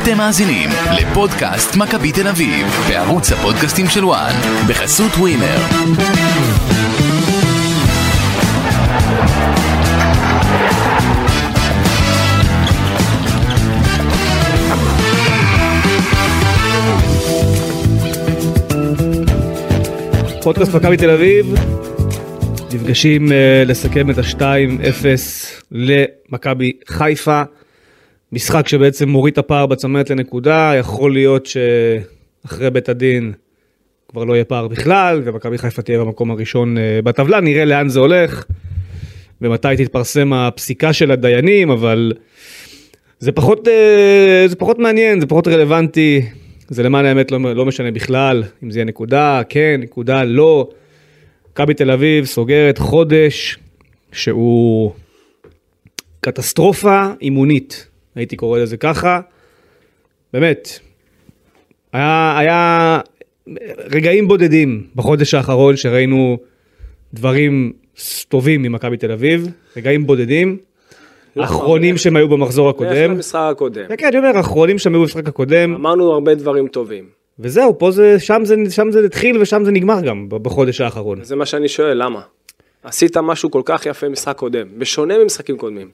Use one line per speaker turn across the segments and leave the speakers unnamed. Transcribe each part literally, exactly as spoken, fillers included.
אתם מאזינים לפודקאסט מכבי תל אביב, בערוץ הפודקאסטים של וואן, בחסות ווינר.
פודקאסט מכבי תל אביב, נפגשים לסכם את ה-שתיים אפס למכבי חיפה, משחק שבעצם מוריד את הפער בצמרת לנקודה. יכול להיות שאחרי בית הדין כבר לא יהיה פער בכלל, ומכבי חיפה תהיה במקום הראשון בטבלה. נראה לאן זה הולך, ומתי תתפרסם הפסיקה של הדיינים, אבל זה פחות, זה פחות מעניין, זה פחות רלוונטי. זה למען האמת לא, לא משנה בכלל, אם זה יהיה נקודה, כן, נקודה, לא. מכבי תל אביב סוגרת חודש שהוא קטסטרופה אימונית, הייתי קורא לזה ככה. באמת, היה, היה רגעים בודדים בחודש האחרון שראינו דברים טובים ממכבי תל אביב, רגעים בודדים. האחרונים שהם היו במחזור הקודם.
במשחק הקודם.
כן, אני אומר, האחרונים שהם היו במשחק הקודם.
אמרנו הרבה דברים טובים.
וזהו, פה זה, שם זה, שם זה התחיל ושם זה נגמר גם בחודש האחרון.
זה מה שאני שואל, למה? עשית משהו כל כך יפה במשחק קודם, בשונה ממשחקים קודמים.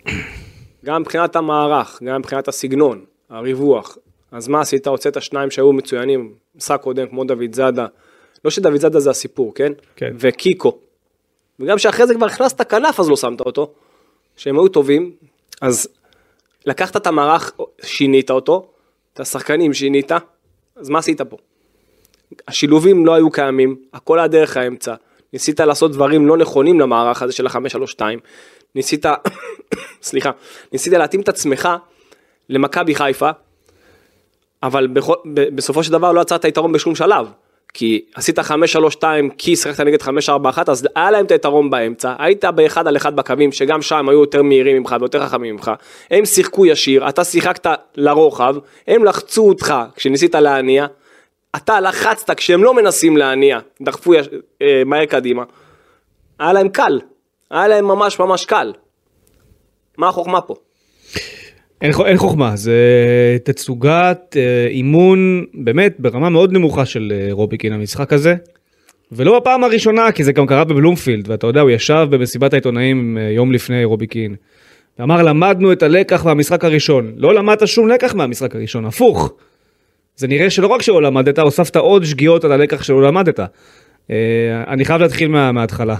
גם מבחינת המערך, גם מבחינת הסגנון, הריווח. אז מה עשית? הוצאת שניים שהיו מצוינים, משחק קודם כמו דוד זאדה. לא שדוד זאדה זה הסיפור, כן?
כן.
וקיקו. וגם שאחרי זה כבר הכנסת כנף, אז לא שמת אותו. שהם היו טובים, אז לקחת את המערך, שינית אותו, את השחקנים שינית, אז מה עשית פה? השילובים לא היו קיימים, הכל היה דרך האמצע, ניסית לעשות דברים לא נכונים למערך הזה של ה-חמש שלוש שתיים, ניסית, סליחה, ניסית להתאים את עצמך למכבי חיפה, אבל בכל, בסופו של דבר לא עצרת יתרון בשום שלב, כי עשית חמש שלוש שתיים, כי שחקת נגד חמש ארבע אחת, אז היה להם את היתרון באמצע, היית באחד על אחד בקווים, שגם שם היו יותר מהירים ממך ויותר חכמים ממך, הם שיחקו ישיר, אתה שיחקת לרוחב, הם לחצו אותך כשניסית להניע, אתה לחצת כשהם לא מנסים להניע, דחפו יש, אה, מהר קדימה, היה להם קל, היה להם ממש ממש קל. מה החוכמה פה?
אין, אין חוכמה, זה תצוגת אה, אימון באמת ברמה מאוד נמוכה של אה, רוביקין המשחק הזה, ולא בפעם הראשונה, כי זה גם קרה בבלומפילד, ואתה יודע, הוא ישב במסיבת העיתונאים אה, יום לפני רוביקין, ואמר, למדנו את הלקח מהמשחק הראשון. לא למדת שום לקח מהמשחק הראשון, הפוך. זה נראה שלא רק שלא למדת, הוספת עוד שגיאות על הלקח שלא למדת. אני חייב להתחיל מההתחלה,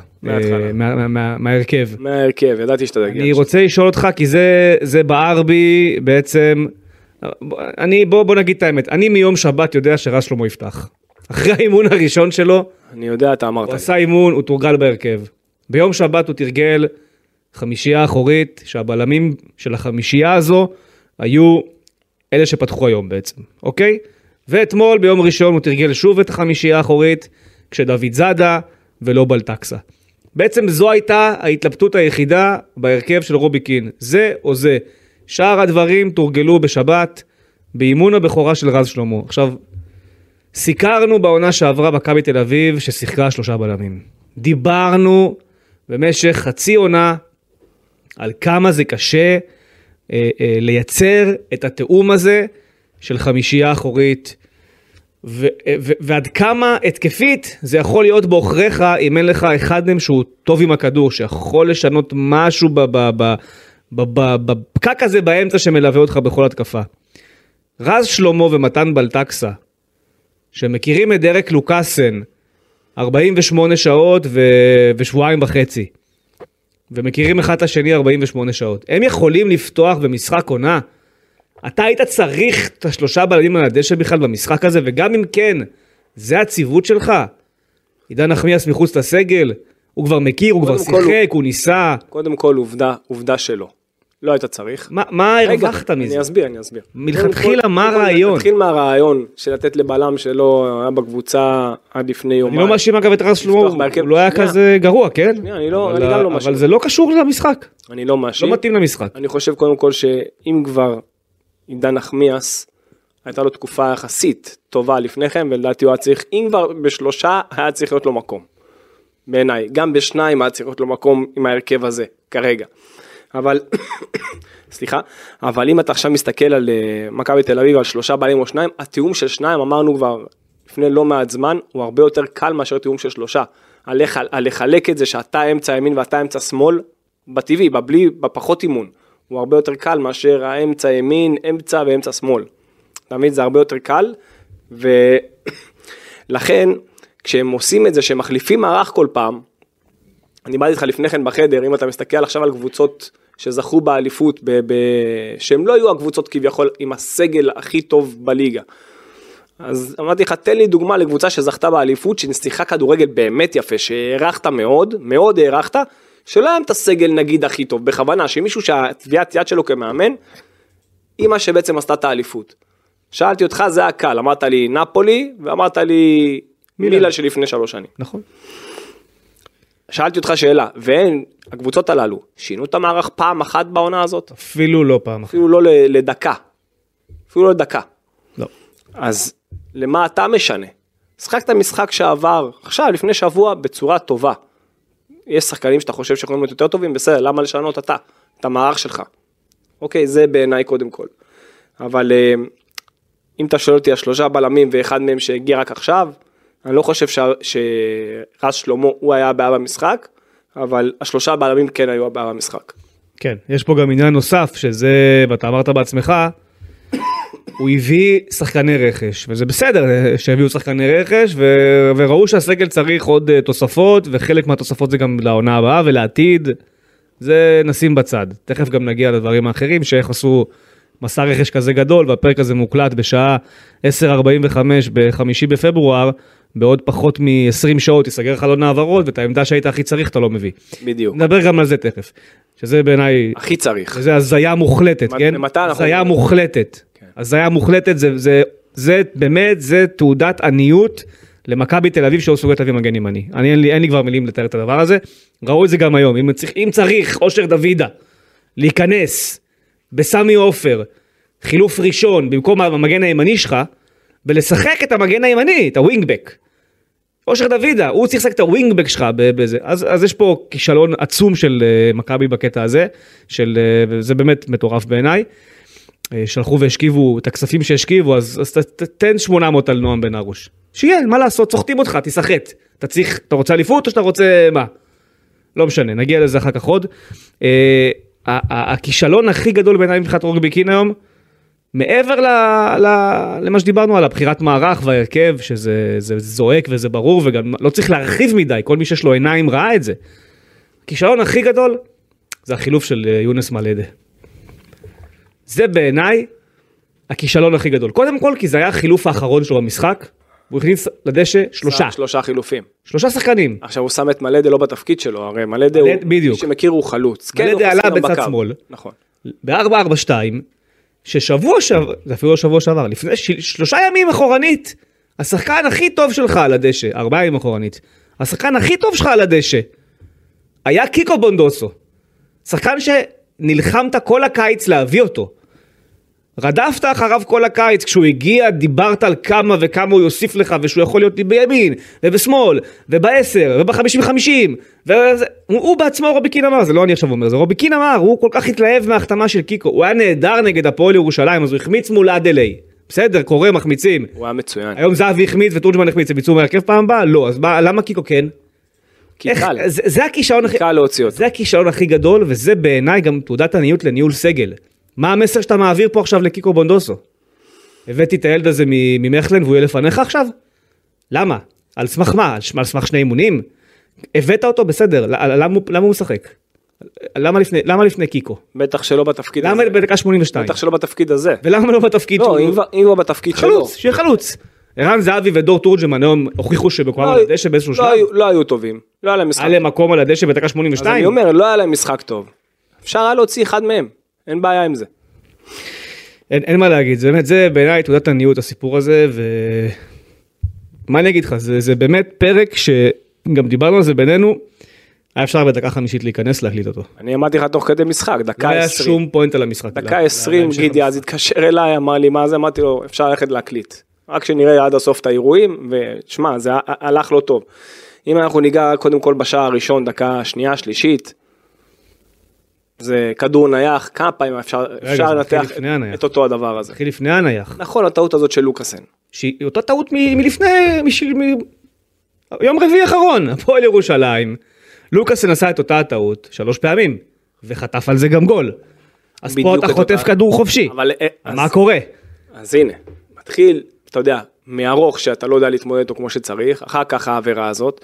מההרכב.
מההרכב, ידעתי שאתה תגיע.
אני רוצה לשאול אותך, כי זה בער בי בעצם, בוא נגיד את האמת, אני מיום שבת יודע שרז שלמה יפתח. אחרי האימון הראשון שלו,
אני יודע, אתה אמרת.
הוא עשה אימון, הוא תורגל בהרכב. ביום שבת הוא תרגל חמישייה אחורית, שהבלמים של החמישייה הזו היו אלה שפתחו היום בעצם, אוקיי? ואתמול ביום ראשון הוא תרגל שוב את החמישייה האחורית, כשדוד זאדה ולא בלטקסה. בעצם זו הייתה ההתלבטות היחידה בהרכב של רוביקין, זה או זה. שאר הדברים תורגלו בשבת, באימון הבכורה של רז שלמה. עכשיו, סיכרנו בעונה שעברה מכבי תל אביב, ששיחקה שלושה בלמים. דיברנו במשך חצי עונה, על כמה זה קשה אה, אה, לייצר את התאום הזה, של חמישייה אחורית, ו- ו- ועד כמה התקפית זה יכול להיות באוכריך אם אין לך אחד מהם שהוא טוב עם הכדור, שיכול לשנות משהו בפקק הזה באמצע שמלווה אותך בכל התקפה. רז שלמה ומתן בלטקסה, שמכירים את דרק לוקאסן ארבעים ושמונה שעות ו- ושבועיים וחצי, ומכירים אחד את השני ארבעים ושמונה שעות, הם יכולים לפתוח במשחק עונה? אתה היית צריך את השלושה בלמים על הדשא בכלל במשחק הזה, וגם אם כן, זה הציוות שלך. עידן נחמיאס מחוץ לסגל, הוא כבר מכיר, הוא כבר שיחק, הוא ניסה.
קודם כל עובדה, עובדה שלו. לא היית צריך.
מה, מה הרווחת מזה?
אני אסביר, אני אסביר.
מלכתחילה מה הרעיון?
תתחיל מהרעיון של לתת לבלם שלו, היה בקבוצה עד לפני יומיים.
אני לא מאשים אגב את רז שלמה, הוא לא היה כזה גרוע, כן?
אני גם לא מאשים.
אבל זה לא קשור למשחק.
אני לא מאשים.
לא מתאים למשחק.
אני חושב קודם כל שאם כבר עידן נחמיאס, הייתה לו תקופה יחסית טובה לפניכם, ולדעתי הוא היה צריך, אם כבר בשלושה, היה צריך להיות לו מקום. בעיניי, גם בשניים היה צריך להיות לו מקום עם ההרכב הזה, כרגע. אבל, סליחה, אבל אם אתה עכשיו מסתכל על מכבי תל אביב, על שלושה בעלים או שניים, התיאום של שניים, אמרנו כבר לפני לא מעט זמן, הוא הרבה יותר קל מאשר תיאום של שלושה. על לחלק את זה שאתה אמצע ימין ואתה אמצע שמאל, בטבעי, בבלי, בפחות אימון. הוא הרבה יותר קל מאשר האמצע ימין, אמצע ואמצע שמאל. תמיד זה הרבה יותר קל, ולכן, כשהם עושים את זה, שהם מחליפים מערך כל פעם, אני באתי איתך לפני כן בחדר, אם אתה מסתכל עכשיו על קבוצות שזכו באליפות, ב- ב- שהם לא היו הקבוצות כביכול עם הסגל הכי טוב בליגה. אז אמרתי לך, תן לי דוגמה לקבוצה שזכתה באליפות, שנצליחה כדורגל באמת יפה, שהערכת מאוד, מאוד הערכת, שלא היה את הסגל נגיד הכי טוב, בכוונה, שמישהו שהטביעת יד שלו כמאמן, היא מה שבעצם עשתה את האליפות. שאלתי אותך, זה הקל, אמרת לי נפולי, ואמרת לי מילאן שלפני שלוש שנים.
נכון.
שאלתי אותך שאלה, והן, הקבוצות הללו, שינו את המערך פעם אחת בעונה הזאת?
אפילו לא פעם אחת.
אפילו לא לדקה. אפילו לא לדקה.
לא.
אז למה אתה משנה? שחקת משחק שעבר, עכשיו, לפני שבוע, בצורה טובה. יש שחקנים שאתה חושב שיכולים להיות יותר טובים, בסדר, למה לשנות אתה? את המערך שלך. אוקיי, זה בעיניי קודם כל. אבל אם אתה שואל אותי, השלושה בלמים ואחד מהם שהגיע רק עכשיו, אני לא חושב שרז שלמה הוא היה הבעיה במשחק, אבל השלושה בלמים כן היו הבעיה במשחק.
כן, יש פה גם עניין נוסף, שזה, ואתה אמרת בעצמך, הוא הביא שחקני רכש, וזה בסדר שהביאו שחקני רכש, ו- וראו שהסגל צריך עוד תוספות, וחלק מהתוספות זה גם לעונה הבאה ולעתיד, זה נשים בצד. תכף גם נגיע לדברים האחרים, שאיך עשו מסע רכש כזה גדול, והפרק הזה מוקלט בשעה עשר ארבעים וחמש בחמישי בפברואר, בעוד פחות מ-עשרים שעות יסגר חלון העברות, ואת העמדה שהיית הכי צריך אתה לא מביא.
בדיוק.
נדבר גם על זה תכף, שזה בעיניי...
הכי צריך.
זה הזיה מוחלטת, כן? הזיה מוחלטת. הזיה מוחלטת, זה, זה, זה באמת, זה תעודת עניות למכבי תל אביב שהוא סוגרת להביא מגן ימני. אני, אין לי, אין לי כבר מילים לתאר את הדבר הזה. ראו את זה גם היום. אם צריך, אם צריך אושר דוידה להיכנס בסמי עופר, חילוף ראשון במקום המגן הימני שלך, ולשחק את המגן הימני, את הווינגבק. אושר דוידה, הוא צריך לשחק את הווינגבק שלך בזה. אז, אז יש פה כישלון עצום של uh, מכבי בקטע הזה, של, uh, זה באמת מטורף בעיניי. שלחו והשכיבו את הכספים שהשכיבו, אז, אז ת, תן שמונה מאות על נועם בן ארוש. שיהיה, מה לעשות, צוחתים אותך, תשחט. אתה צריך, אתה רוצה אליפות או שאתה רוצה מה? לא משנה, נגיע לזה אחר כך עוד. אה, הכישלון הכי גדול בעיניי מבחינת רובי קין היום, מעבר ל, ל, למה שדיברנו על הבחירת מערך והרכב, שזה זה זועק וזה ברור, וגם לא צריך להרחיב מדי, כל מי שיש לו עיניים ראה את זה. הכישלון הכי גדול, זה החילוף של יונס מלדה. זה בעיניי הכישלון הכי גדול. קודם כל, כי זה היה החילוף האחרון שלו במשחק, הוא הכניס לדשא שלושה.
שלושה חילופים.
שלושה שחקנים.
עכשיו הוא שם את מלדה לא בתפקיד שלו, הרי מלדה הוא, מי שמכיר הוא חלוץ.
מלדה עלה בצד שמאל.
נכון.
ב-ארבע ארבע שתיים, ששבוע שעבר, זה אפילו לא שבוע שעבר, לפני שלושה ימים אחורנית, השחקן הכי טוב שלך על הדשא, ארבעה ימים אחורנית, השחקן הכי טוב שלך על הדשא, היה קיקו בונדוסו. שחקן שנלחמת כל הקיץ להביא אותו. רדפת אחריו כל הקיץ, כשהוא הגיע דיברת על כמה וכמה הוא יוסיף לך, ושהוא יכול להיות בימין, ובשמאל, ובעשר, ובחמישים וחמישים, והוא בעצמו רובי קין אמר, זה לא אני עכשיו אומר, זה רובי קין אמר, הוא כל כך התלהב מההחתמה של קיקו, הוא היה נהדר נגד הפועל ירושלים, אז הוא החמיץ מול אדלי, בסדר, קורא, מחמיצים.
הוא היה מצוין.
היום זהבי החמיץ וטורג'מן החמיץ, הם יצאו מהרכב פעם הבאה? לא, אז למה קיקו כן? איך, זה, זה הכישלון הכי, זה הכישלון הכי גדול, וזה בעיניי גם תעודת עניות לניהול סגל. מה המסר שאתה מעביר פה עכשיו לקיקו בונדוסו? הבאתי את הילד הזה ממחלן והוא יהיה לפניך עכשיו? למה? על סמך מה? על סמך שני אימונים? הבאת אותו בסדר, למה, למה הוא משחק? למה לפני, למה לפני קיקו?
בטח שלא בתפקיד
למה
הזה.
למה בדקה שמונים ושתיים?
בטח שלא בתפקיד הזה.
ולמה לא בתפקיד
לא,
שלו?
אם הוא בתפקיד שלו.
חלוץ, שיהיה חלוץ. ערן זהבי ודור תורג'מן היום הוכיחו שבקום על הדשא באיזשהו שלב.
לא היו טובים. לא היה להם משחק.
היה להם מקום על הדשא בדקה שמונים ושתיים.
אז אני אומר, לא היה להם משחק טוב. אפשר היה להוציא אחד מהם. אין בעיה עם זה.
אין, אין מה להגיד, זה באמת, זה בעיניי תעודת עניות הסיפור הזה, ומה אני אגיד לך, זה, זה באמת פרק שגם דיברנו על זה בינינו, היה אפשר בדקה חמישית להיכנס להקליט אותו.
אני אמרתי לך תוך כדי משחק, דקה עשרים.
לא היה שום פוינט על המשחק.
דקה עשרים, גידי אז התקשר אליי, אמר לי מה זה, אמרתי לו, אפשר ללכת להקליט. רק שנראה עד הסוף את האירועים, ושמע, זה הלך לא טוב. אם אנחנו ניגע קודם כל בשעה הראשון, דקה שנייה, שלישית, זה כדור נייח, כמה פעמים אפשר,
רגע,
אפשר
זה
לנתח
מתחיל לפני הנייח.
את אותו הדבר הזה.
התחיל לפני הנייח.
נכון, הטעות הזאת של לוקאסן.
שהיא אותה טעות מ- מלפני, מש... מ... יום רביעי האחרון, הפועל ירושלים. לוקאסן עשה את אותה הטעות שלוש פעמים, וחטף על זה גם גול. אז פה
בדיוק
אתה
את
חוטף
אותה-
כדור חופשי.
אבל, אה,
מה
אז-
קורה?
אז הנה, מתחיל, אתה יודע, מארוך שאתה לא יודע להתמודד איתו כמו שצריך, אחר כך העבירה הזאת,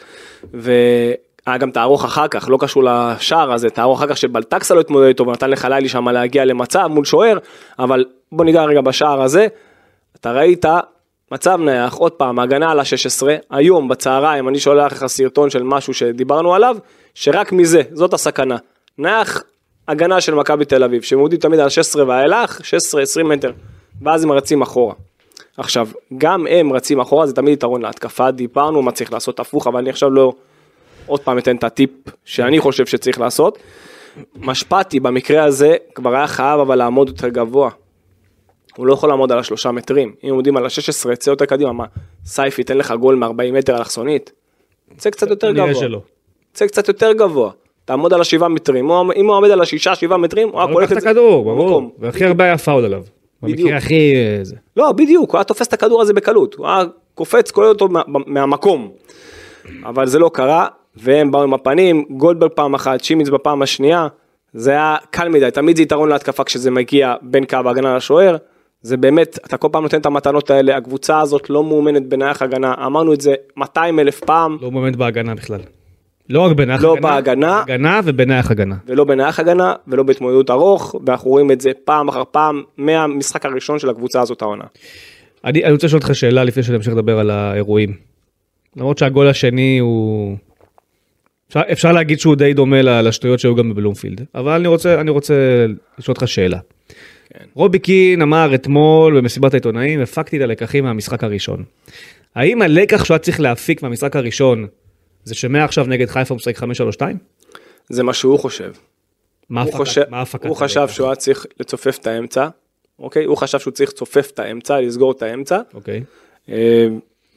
והיה גם תארוך אחר כך, לא קשור לשער הזה, תארוך אחר כך שבלטקסה לא התמודד איתו, ונתן לחלילי שם להגיע למצב מול שוער, אבל בוא ניגע רגע בשער הזה, אתה ראית מצב נייח, עוד פעם, הגנה על ה-שש עשרה, היום בצהריים אני שולח לך סרטון של משהו שדיברנו עליו, שרק מזה, זאת הסכנה, נייח הגנה של מכבי תל אביב, שמעודים תמיד על שש עשרה ואילך, שש עשרה עשרים מטר, ואז הם רצים אחורה. עכשיו, גם הם רצים אחורה, זה תמיד יתרון להתקפה, דיברנו מה צריך לעשות הפוך, אבל אני עכשיו לא, עוד פעם אתן את הטיפ שאני חושב שצריך לעשות. משפטי במקרה הזה כבר היה חייב אבל לעמוד יותר גבוה. הוא לא יכול לעמוד על השלושה מטרים. אם עומדים על ה-שש עשרה, צא יותר קדימה, מה, סייף ייתן לך גול מ-ארבעים מטר אלכסונית? צא קצת יותר
נראה
גבוה.
שלא.
צא קצת יותר גבוה. תעמוד על השבעה מטרים. אם הוא עומד על השישה, שבעה מטרים, הוא היה
הוא
קולט
לקח את
את זה.
הכדור, ברור.
במקום.
והכי הרבה היה פאול עליו.
בדיוק.
במקרה הכי... אה, זה.
לא, בדיוק, הוא היה תופס את הכדור הזה בקלות, הוא היה קופץ, כולל אותו מה, מהמקום, אבל זה לא קרה, והם באו עם הפנים, גולדברג פעם אחת, שימיץ בפעם השנייה, זה היה קל מדי, תמיד זה יתרון להתקפה כשזה מגיע בין קו ההגנה לשוער, זה באמת, אתה כל פעם נותן את המתנות האלה, הקבוצה הזאת לא מאומנת בנייח הגנה, אמרנו את זה מאתיים אלף פעם,
לא מומנט בהגנה בכלל. לא רק בנייח
לא
הגנה.
בהגנה.
הגנה ובנייח הגנה.
ולא בנייח הגנה, ולא בהתמודדות ארוך, ואנחנו רואים את זה פעם אחר פעם, מהמשחק הראשון של הקבוצה הזאת העונה.
אני, אני רוצה לשאול אותך שאלה לפני שאני אמשיך לדבר על האירועים. למרות שהגול השני הוא... אפשר, אפשר להגיד שהוא די דומה לשטויות שהיו גם בבלומפילד, אבל אני רוצה, אני רוצה לשאול אותך שאלה. כן. רובי קין אמר אתמול במסיבת העיתונאים, הפקתי את הלקחים מהמשחק הראשון. האם הלקח שהוא היה צריך להפיק מהמשחק הראשון, זה שמעכשיו נגד חיפה הוא משחק חמש שלוש שתיים?
זה מה שהוא חושב.
מה
הוא
הפקת-
חושב,
מה הפקת
הוא חשב
הלקח?
שהוא היה צריך לצופף את האמצע, אוקיי? הוא חשב שהוא צריך לצופף את האמצע, לסגור את האמצע,
אוקיי.
אה,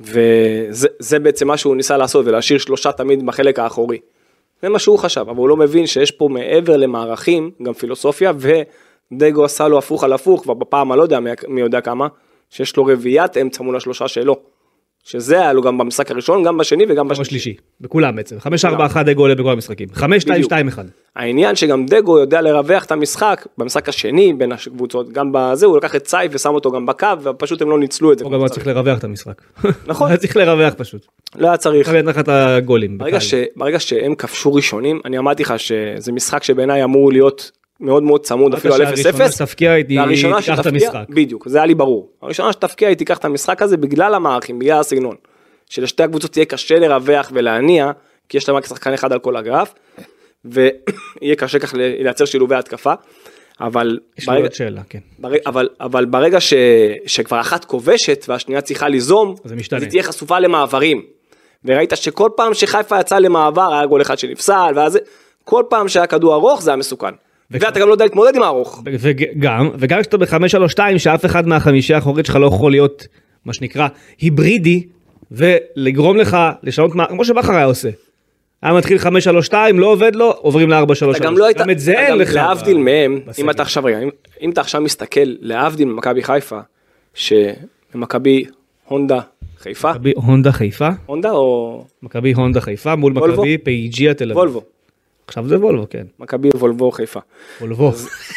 וזה זה בעצם מה שהוא ניסה לעשות, ולהשאיר שלושה תמיד בחלק האחורי. זה מה שהוא חשב, אבל הוא לא מבין שיש פה מעבר למערכים, גם פילוסופיה, ודגו עשה לו הפוך על הפוך, ובפעם אני לא יודע מי, מי יודע כמה, שיש לו רביעיית אמצע מול השלושה שלו. שזה היה לו גם במשחק הראשון, גם בשני וגם
גם
בשלישי.
השלישי, בכולם בעצם. חמש ארבע אחת דגו עולה בכל המשחקים. חמש שתיים שתיים אחד.
העניין שגם דגו יודע לרווח את המשחק, במשחק השני בין הקבוצות, גם בזה, הוא לקח את סייף ושם אותו גם בקו, ופשוט הם לא ניצלו את זה.
הוא גם היה צריך לרווח את המשחק.
נכון.
היה צריך לרווח פשוט.
לא היה צריך.
צריך לתת לך את הגולים.
ברגע,
בקל.
ש, ברגע שהם כבשו ראשונים, אני אמרתי לך שזה משחק שבעיניי אמור להיות מאוד מאוד צמוד, אפילו על אפס
שהראשונה
אפס.
שתפקיע היא
והראשונה
תיקח את
שתפקיע-
המשחק.
בדיוק, זה היה לי ברור. הראשונה שתפקיע היא תיקח את המשחק הזה בגלל המערכים, בגלל הסגנון. שלשתי הקבוצות תהיה קשה לרווח ולהניע, כי יש להם רק שחקן אחד על כל הגרף, ויהיה קשה כך לייצר שילובי התקפה, אבל
יש לי
ברגע,
עוד שאלה, כן.
ברגע, אבל, אבל ברגע ש, שכבר אחת כובשת והשנייה צריכה ליזום,
אז זה משתנה.
אז היא תהיה חשופה למעברים. וראית שכל פעם שחיפה יצא למעבר, היה גול אחד שנפסל, ואז כל פעם שהיה כדור ארוך זה היה מסוכן. ואתה גם לא יודע להתמודד עם הארוך.
וגם, וגם כשאתה ב-חמש שלוש שתיים, שאף אחד מהחמישייה האחורית שלך לא יכול להיות, מה שנקרא, היברידי, ולגרום לך לשנות מה, כמו שבחר היה עושה. היה מתחיל חמש שלוש שתיים, לא עובד לו, עוברים ל-ארבע שלוש שלוש.
גם לא היית,
גם את זה אין
גם
לך.
להבדיל
ב-
מהם,
בסגל.
אם אתה עכשיו רגע, אם, אם אתה עכשיו מסתכל, להבדיל ממכבי חיפה, שמכבי הונדה חיפה,
מכבי הונדה חיפה,
הונדה או
מכבי הונדה חיפה, מול
וולבו?
מכבי פייג'יה תל אביב.
וולבו,
עכשיו זה וולבו, כן.
מכבי וולבו חיפה.
וולבו.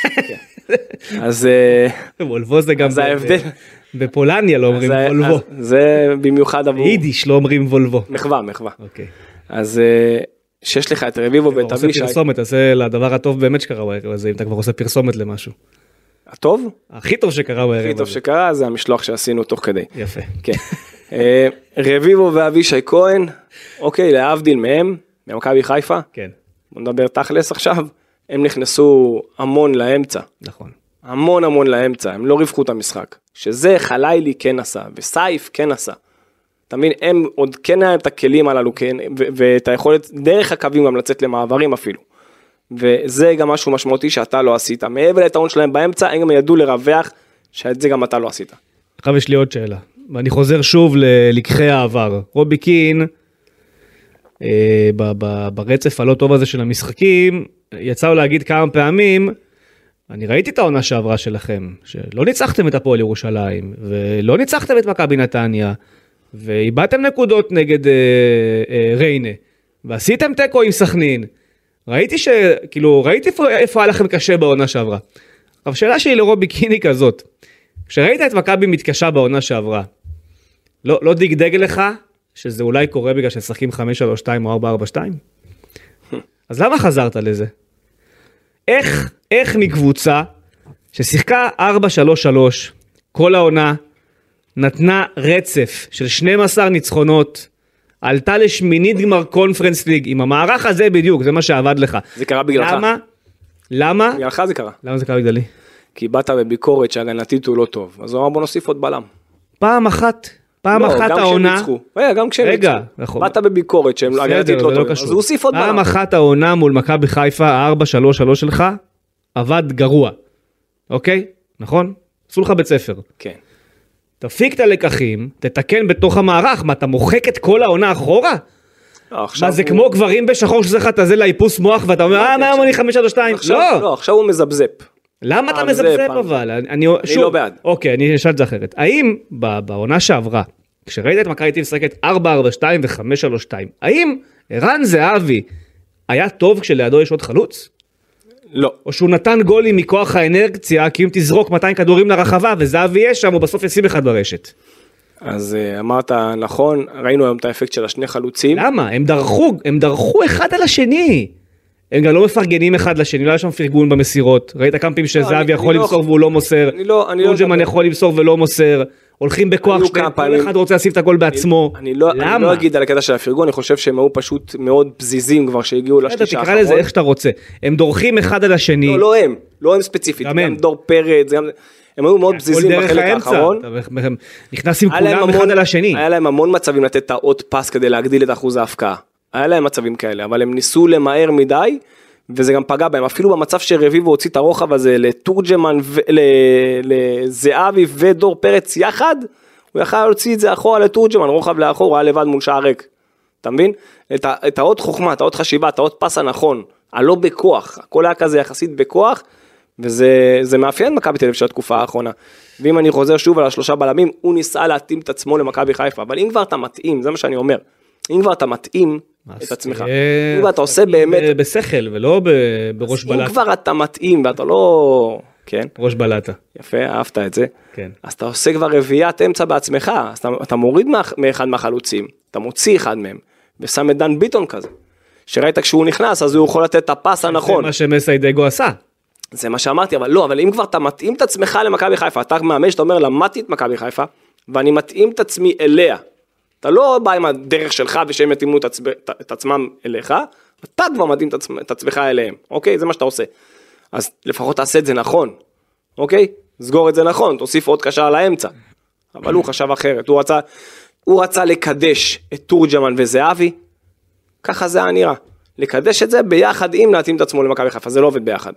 אז אה,
וולבו זה גם
אז
ב-
ההבדל.
בפולניה לא אומרים
זה-
וולבו.
אז זה במיוחד עבור,
ביידיש לא אומרים וולבו.
מחווה, מחווה.
אוקיי.
אז אה, שיש לך את רביבו ואת
עושה
אבישי,
פרסומת, תעשה לדבר הטוב באמת שקרה בערב הזה, אם אתה כבר עושה פרסומת למשהו.
הטוב,
הכי טוב שקרה בערב הזה.
הכי טוב שקרה, זה המשלוח שעשינו תוך כדי.
יפה.
כן. אה, רביבו ואבישי כהן, אוקיי, להבדיל מהם, ממכבי חיפה,
כן,
בוא נדבר תכלס עכשיו, הם נכנסו המון לאמצע,
נכון.
המון המון לאמצע, הם לא רווחו את המשחק, שזה חלילי כן עשה, וסייף כן עשה, אתה מבין, הם עוד כן היה את הכלים הללו, כן, ו- ואת היכולת דרך הקווים גם לצאת למעברים אפילו, וזה גם משהו משמעותי שאתה לא עשית, מעבר ליתרון שלהם באמצע, הם גם ידעו לרווח, שאת זה גם אתה לא עשית.
עכשיו יש לי עוד שאלה, ואני חוזר שוב ללקחי העבר. רובי קין, אה, ב- ב- ברצף הלא טוב הזה של המשחקים, יצא לו להגיד כמה פעמים, אני ראיתי את העונה שעברה שלכם, שלא ניצחתם את הפועל ירושלים, ולא ניצחתם את מכבי נתניה, ואיבדתם נקודות נגד אה, אה, ריינה, ועשיתם תיקו עם סכנין. ראיתי ש... כאילו, ראיתי איפה, איפה היה לכם קשה בעונה שעברה. אבל שאלה שלי לרובי קיני כזאת, כשראית את מכבי מתקשה בעונה שעברה, לא, לא דגדג לך שזה אולי קורה בגלל ששחקים חמש שלוש שתיים או ארבע ארבע שתיים? אז למה חזרת לזה? איך, איך מקבוצה ששיחקה ארבע שלוש שלוש כל העונה, נתנה רצף של שנים עשר ניצחונות, עלתה לשמינית גמר קונפרנס ליג, עם המערך הזה בדיוק, זה מה שעבד לך.
זה קרה בגללך.
למה? למה?
בגללך זה קרה.
למה זה קרה בגללי?
כי באת בביקורת שהגנתית הוא לא טוב, אז הוא אמר בוא נוסיף עוד בלם.
פעם אחת, פעם
לא,
אחת
גם
העונה.
כשהם ניצחו. רגע, גם כשהם
רגע,
ניצחו.
נכון.
באת בביקורת שהם הגנתית לא טוב, אז הוא הוסיף עוד בלם.
פעם אחת העונה מול מכבי חיפה, ה-ארבע שלוש שלוש שלך, עבד גרוע. אוקיי? נכון? עשו לך בית ספר.
כן.
תפיק את הלקחים, תתקן בתוך המערך, מה אתה מוחק את כל העונה אחורה? מה זה כמו גברים בשחור שזה לך תזה לאיפוס מוח ואתה אומר, אה, מה אמוני חמש עד שתיים? לא!
לא, עכשיו הוא מזבזב.
למה אתה מזבזב אבל? אני
לא בעד.
אוקיי, אני אשאל את זה אחרת. האם בעונה שעברה, כשראית את מכבי תל אביב משחקת ארבע ארבע שתיים ו-חמש שלוש שתיים, האם ערן זהבי היה טוב כשלידו יש עוד חלוץ?
לא.
או שהוא נתן גולים מכוח האנרקציה, כי אם תזרוק מאתיים כדורים לרחבה, וזהבי יש שם, הוא בסוף ישים אחד ברשת.
אז אמרת נכון, ראינו היום את האפקט של השני חלוצים.
למה? הם דרכו, הם דרכו אחד על השני. הם גם לא מפרגנים אחד לשני, לא היה שם פרגון במסירות. ראית כמה פעמים שזהבי יכול למסור והוא לא מוסר. תורג'מן יכול למסור ולא מוסר. הולכים בכוח, כל אחד רוצה להסיף את הכל בעצמו.
אני לא אגיד על הקטע של הפרגון, אני חושב שהם היו פשוט מאוד פזיזים כבר שהגיעו לשליש האחרון.
תקרא לזה איך שאתה רוצה. הם דורכים אחד על השני.
לא, לא הם, לא הם ספציפית, גם דור פרץ, הם היו מאוד פזיזים בחלק האחרון.
נכנס עם כולם אחד על השני.
היה להם המון מצבים לתת את העוד פס כדי להגדיל את אחוז ההפקעה. היה להם מצבים כאלה, אבל הם ניסו למהר מדי, וזה גם פגע בהם, אפילו במצב שרביבו הוציא את הרוחב הזה לתורג'מן, לזהבי ודור פרץ יחד, הוא יכל להוציא את זה אחורה לתורג'מן, רוחב לאחור, הוא היה לבד מול שער ריק, אתה מבין? את, את העוד חוכמה, את העוד חשיבה, את העוד פס הנכון, הלא בכוח, הכל היה כזה יחסית בכוח, וזה מאפיין מכבי תל אביב של התקופה האחרונה, ואם אני חוזר שוב על השלושה בלמים, הוא ניסה להתאים את עצמו למכבי חיפה, אבל אם כבר אתה מתאים, זה מה שאני אומר, אם כבר אתה מתאים את עצמך, אם כבר אתה עושה באמת
בשכל ולא בראש בלטה,
אם כבר אתה מתאים ואתה לא, כן,
ראש בלטה,
יפה, אהבת את זה,
כן.
אז אתה עושה כבר רביעיית אמצע בעצמך, אז אתה, אתה מוריד מאחד מהחלוצים, אתה מוציא אחד מהם, ושם את דן ביטון כזה, שראית כשהוא נכנס, אז הוא יכול לתת את הפס הנכון.
זה מה שמסיידגו עשה.
זה מה שאמרתי, אבל לא, אבל אם כבר אתה מתאים את עצמך למכבי חיפה, אתה מאמן שאתה אומר, למדתי את מכבי חיפה, ואני מתאים את עצמי אליה, אתה לא בא עם הדרך שלך ושהם יתאימו את, עצב... את עצמם אליך, אתה כבר מתאים את, עצמ... את עצמך אליהם, אוקיי? זה מה שאתה עושה. אז לפחות תעשה את זה נכון, אוקיי? סגור את זה נכון, תוסיף עוד קשה על האמצע. אבל הוא חשב אחרת, הוא רצה, הוא רצה לקדש את תורג'מן וזהבי, ככה זה היה נראה. לקדש את זה ביחד עם להתאים את עצמו למכבי חיפה, זה לא עובד ביחד.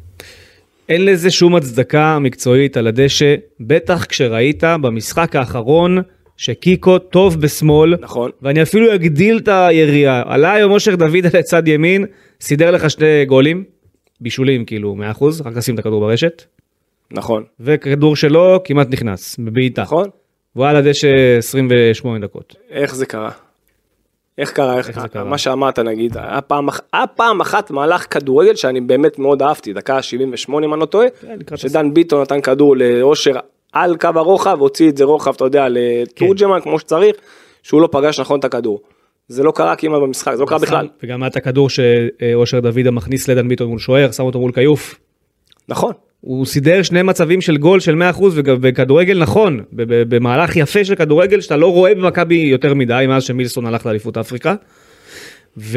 אין לזה שום הצדקה מקצועית על הדשא, בטח כשראית במשחק האחרון, שקיקו טוב בשמאל,
נכון.
ואני אפילו אגדיל את היריעה, עלה היום אושר דוד על צד ימין, סידר לך שני גולים, בישולים כאילו מאה אחוז, רק לשים את הכדור ברשת.
נכון.
וכדור שלו כמעט נכנס, בבעיטה.
נכון.
והוא על הדשא עשרים ושמונה דקות.
איך זה קרה? איך קרה? איך,
איך זה קרה?
מה שאמרת נגיד, היה פעם, היה פעם אחת מהלך כדורגל שאני באמת מאוד אהבתי, דקה שבעים ושמונה אם אני לא טועה, שדן ביטון נתן כדור לאושר על קו הרוחב, הוציא את זה רוחב, אתה יודע, לתורג'מן כמו שצריך, שהוא לא פגש נכון את הכדור. זה לא קרה כמעט במשחק, זה לא קרה בכלל.
וגם היה את הכדור שאושר דוד מכניס לדן ביטון מול שוער, שם אותו מול קיוף.
נכון.
הוא סידר שני מצבים של גול של מאה אחוז, וכדורגל נכון, במהלך יפה של כדורגל, שאתה לא רואה במכבי יותר מדי, מאז שמילסון הלך לאליפות אפריקה. ו...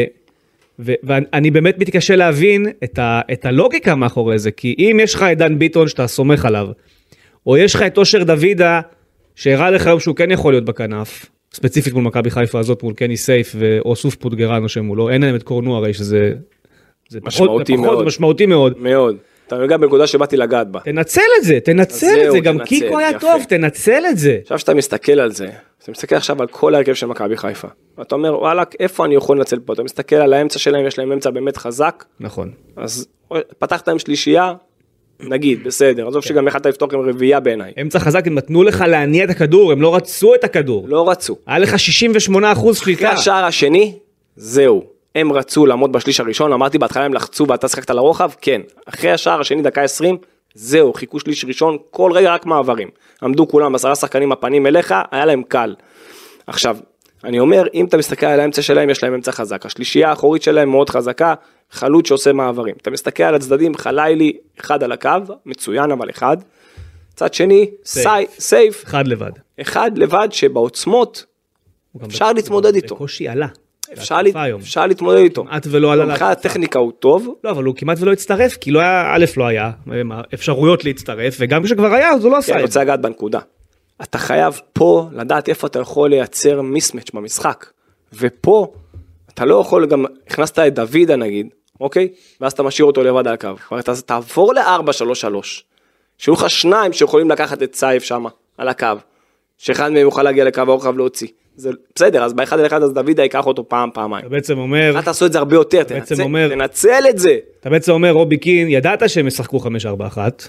ו... ואני באמת מתקשה להבין את, ה... את הלוגיקה מאחורי זה, כי אם יש לך את דן ביטון שאתה סומך עליו, או יש לך את אושר דוידה, שהראה לך היום שהוא כן יכול להיות בכנף, ספציפית מול מכבי חיפה הזאת, מול קני סייף, או סוף פוטגרן, או שמולו, אין להם את קורנו הרי שזה... זה
משמעותי
פחות,
מאוד.
זה משמעותי מאוד.
מאוד. אתה רגע בנקודה שבאתי לגעת בה.
תנצל את זה, תנצל את זה, גם קיקו היה טוב, תנצל את זה.
עכשיו שאתה מסתכל על זה, אתה מסתכל עכשיו על כל ההרכב של מכבי חיפה, ואתה אומר, וואלה, איפה אני יכול לנצל פה? אתה מסתכל על האמצע שלהם, יש להם אמצע באמת חזק.
נכון.
אז פתחת עם שלישייה, נגיד, בסדר, עזוב שגם יכלת לפתוח עם רביעייה בעיניי.
אמצע חזק, הם נתנו לך להניע את הכדור, הם לא רצו את הכדור.
לא רצו.
היה לך שישים ושמונה אחוז שליטה.
אחרי השער השני, זהו. הם רצו לעמוד בשליש הראשון, אמרתי בהתחלה הם לחצו ואתה שחקת לרוחב, כן. אחרי השער השני, דקה עשרים, זהו, חיכו שליש ראשון, כל רגע רק מעברים. עמדו כולם, עשרה שחקנים הפנים אליך, היה להם קל. עכשיו, אני אומר, אם אתה מסתכל על האמצע שלהם, יש להם אמצע חזק. השלישייה האחורית שלהם מאוד חזקה, חלוץ שעושה מעברים. אתה מסתכל על הצדדים, חלילי, אחד על הקו, מצוין אבל אחד. צד שני, סייף.
אחד לבד.
אחד לבד שבעוצמות, אפשר להתמודד איתו.
בקושי עלה.
אפשר להתמודד איתו.
כמעט ולא עלה.
מבחינת הטכניקה הוא טוב.
לא, אבל הוא כמעט ולא הצטרף, כי לא היה, א' לא היה, אפשרויות להצטרף, וגם כשכבר היה, אז הוא לא עשה.
אני רוצה לגעת בנקודה. אתה חייב פה לדעת איפה אתה יכול לייצר מיסמץ' במשחק. ופה, אתה לא יכול, גם הכנסת את דוידה נגיד, אוקיי? ואז אתה משאיר אותו לבד על הקו. אתה תעבור ל-ארבע שלוש שלוש. שיהיו לך שניים שיכולים לקחת את סייף שם, על הקו. שאחד מהם יוכל להגיע לקו הרוחב להוציא. זה בסדר, אז באחד על אחד, אז דוידה ייקח אותו פעם, פעמיים.
אתה בעצם אומר...
אתה תעשו את זה הרבה יותר, תנצל, אומר, תנצל את זה.
אתה בעצם אומר, רובי קין, ידעת שהם ישחקו חמש ארבע אחת,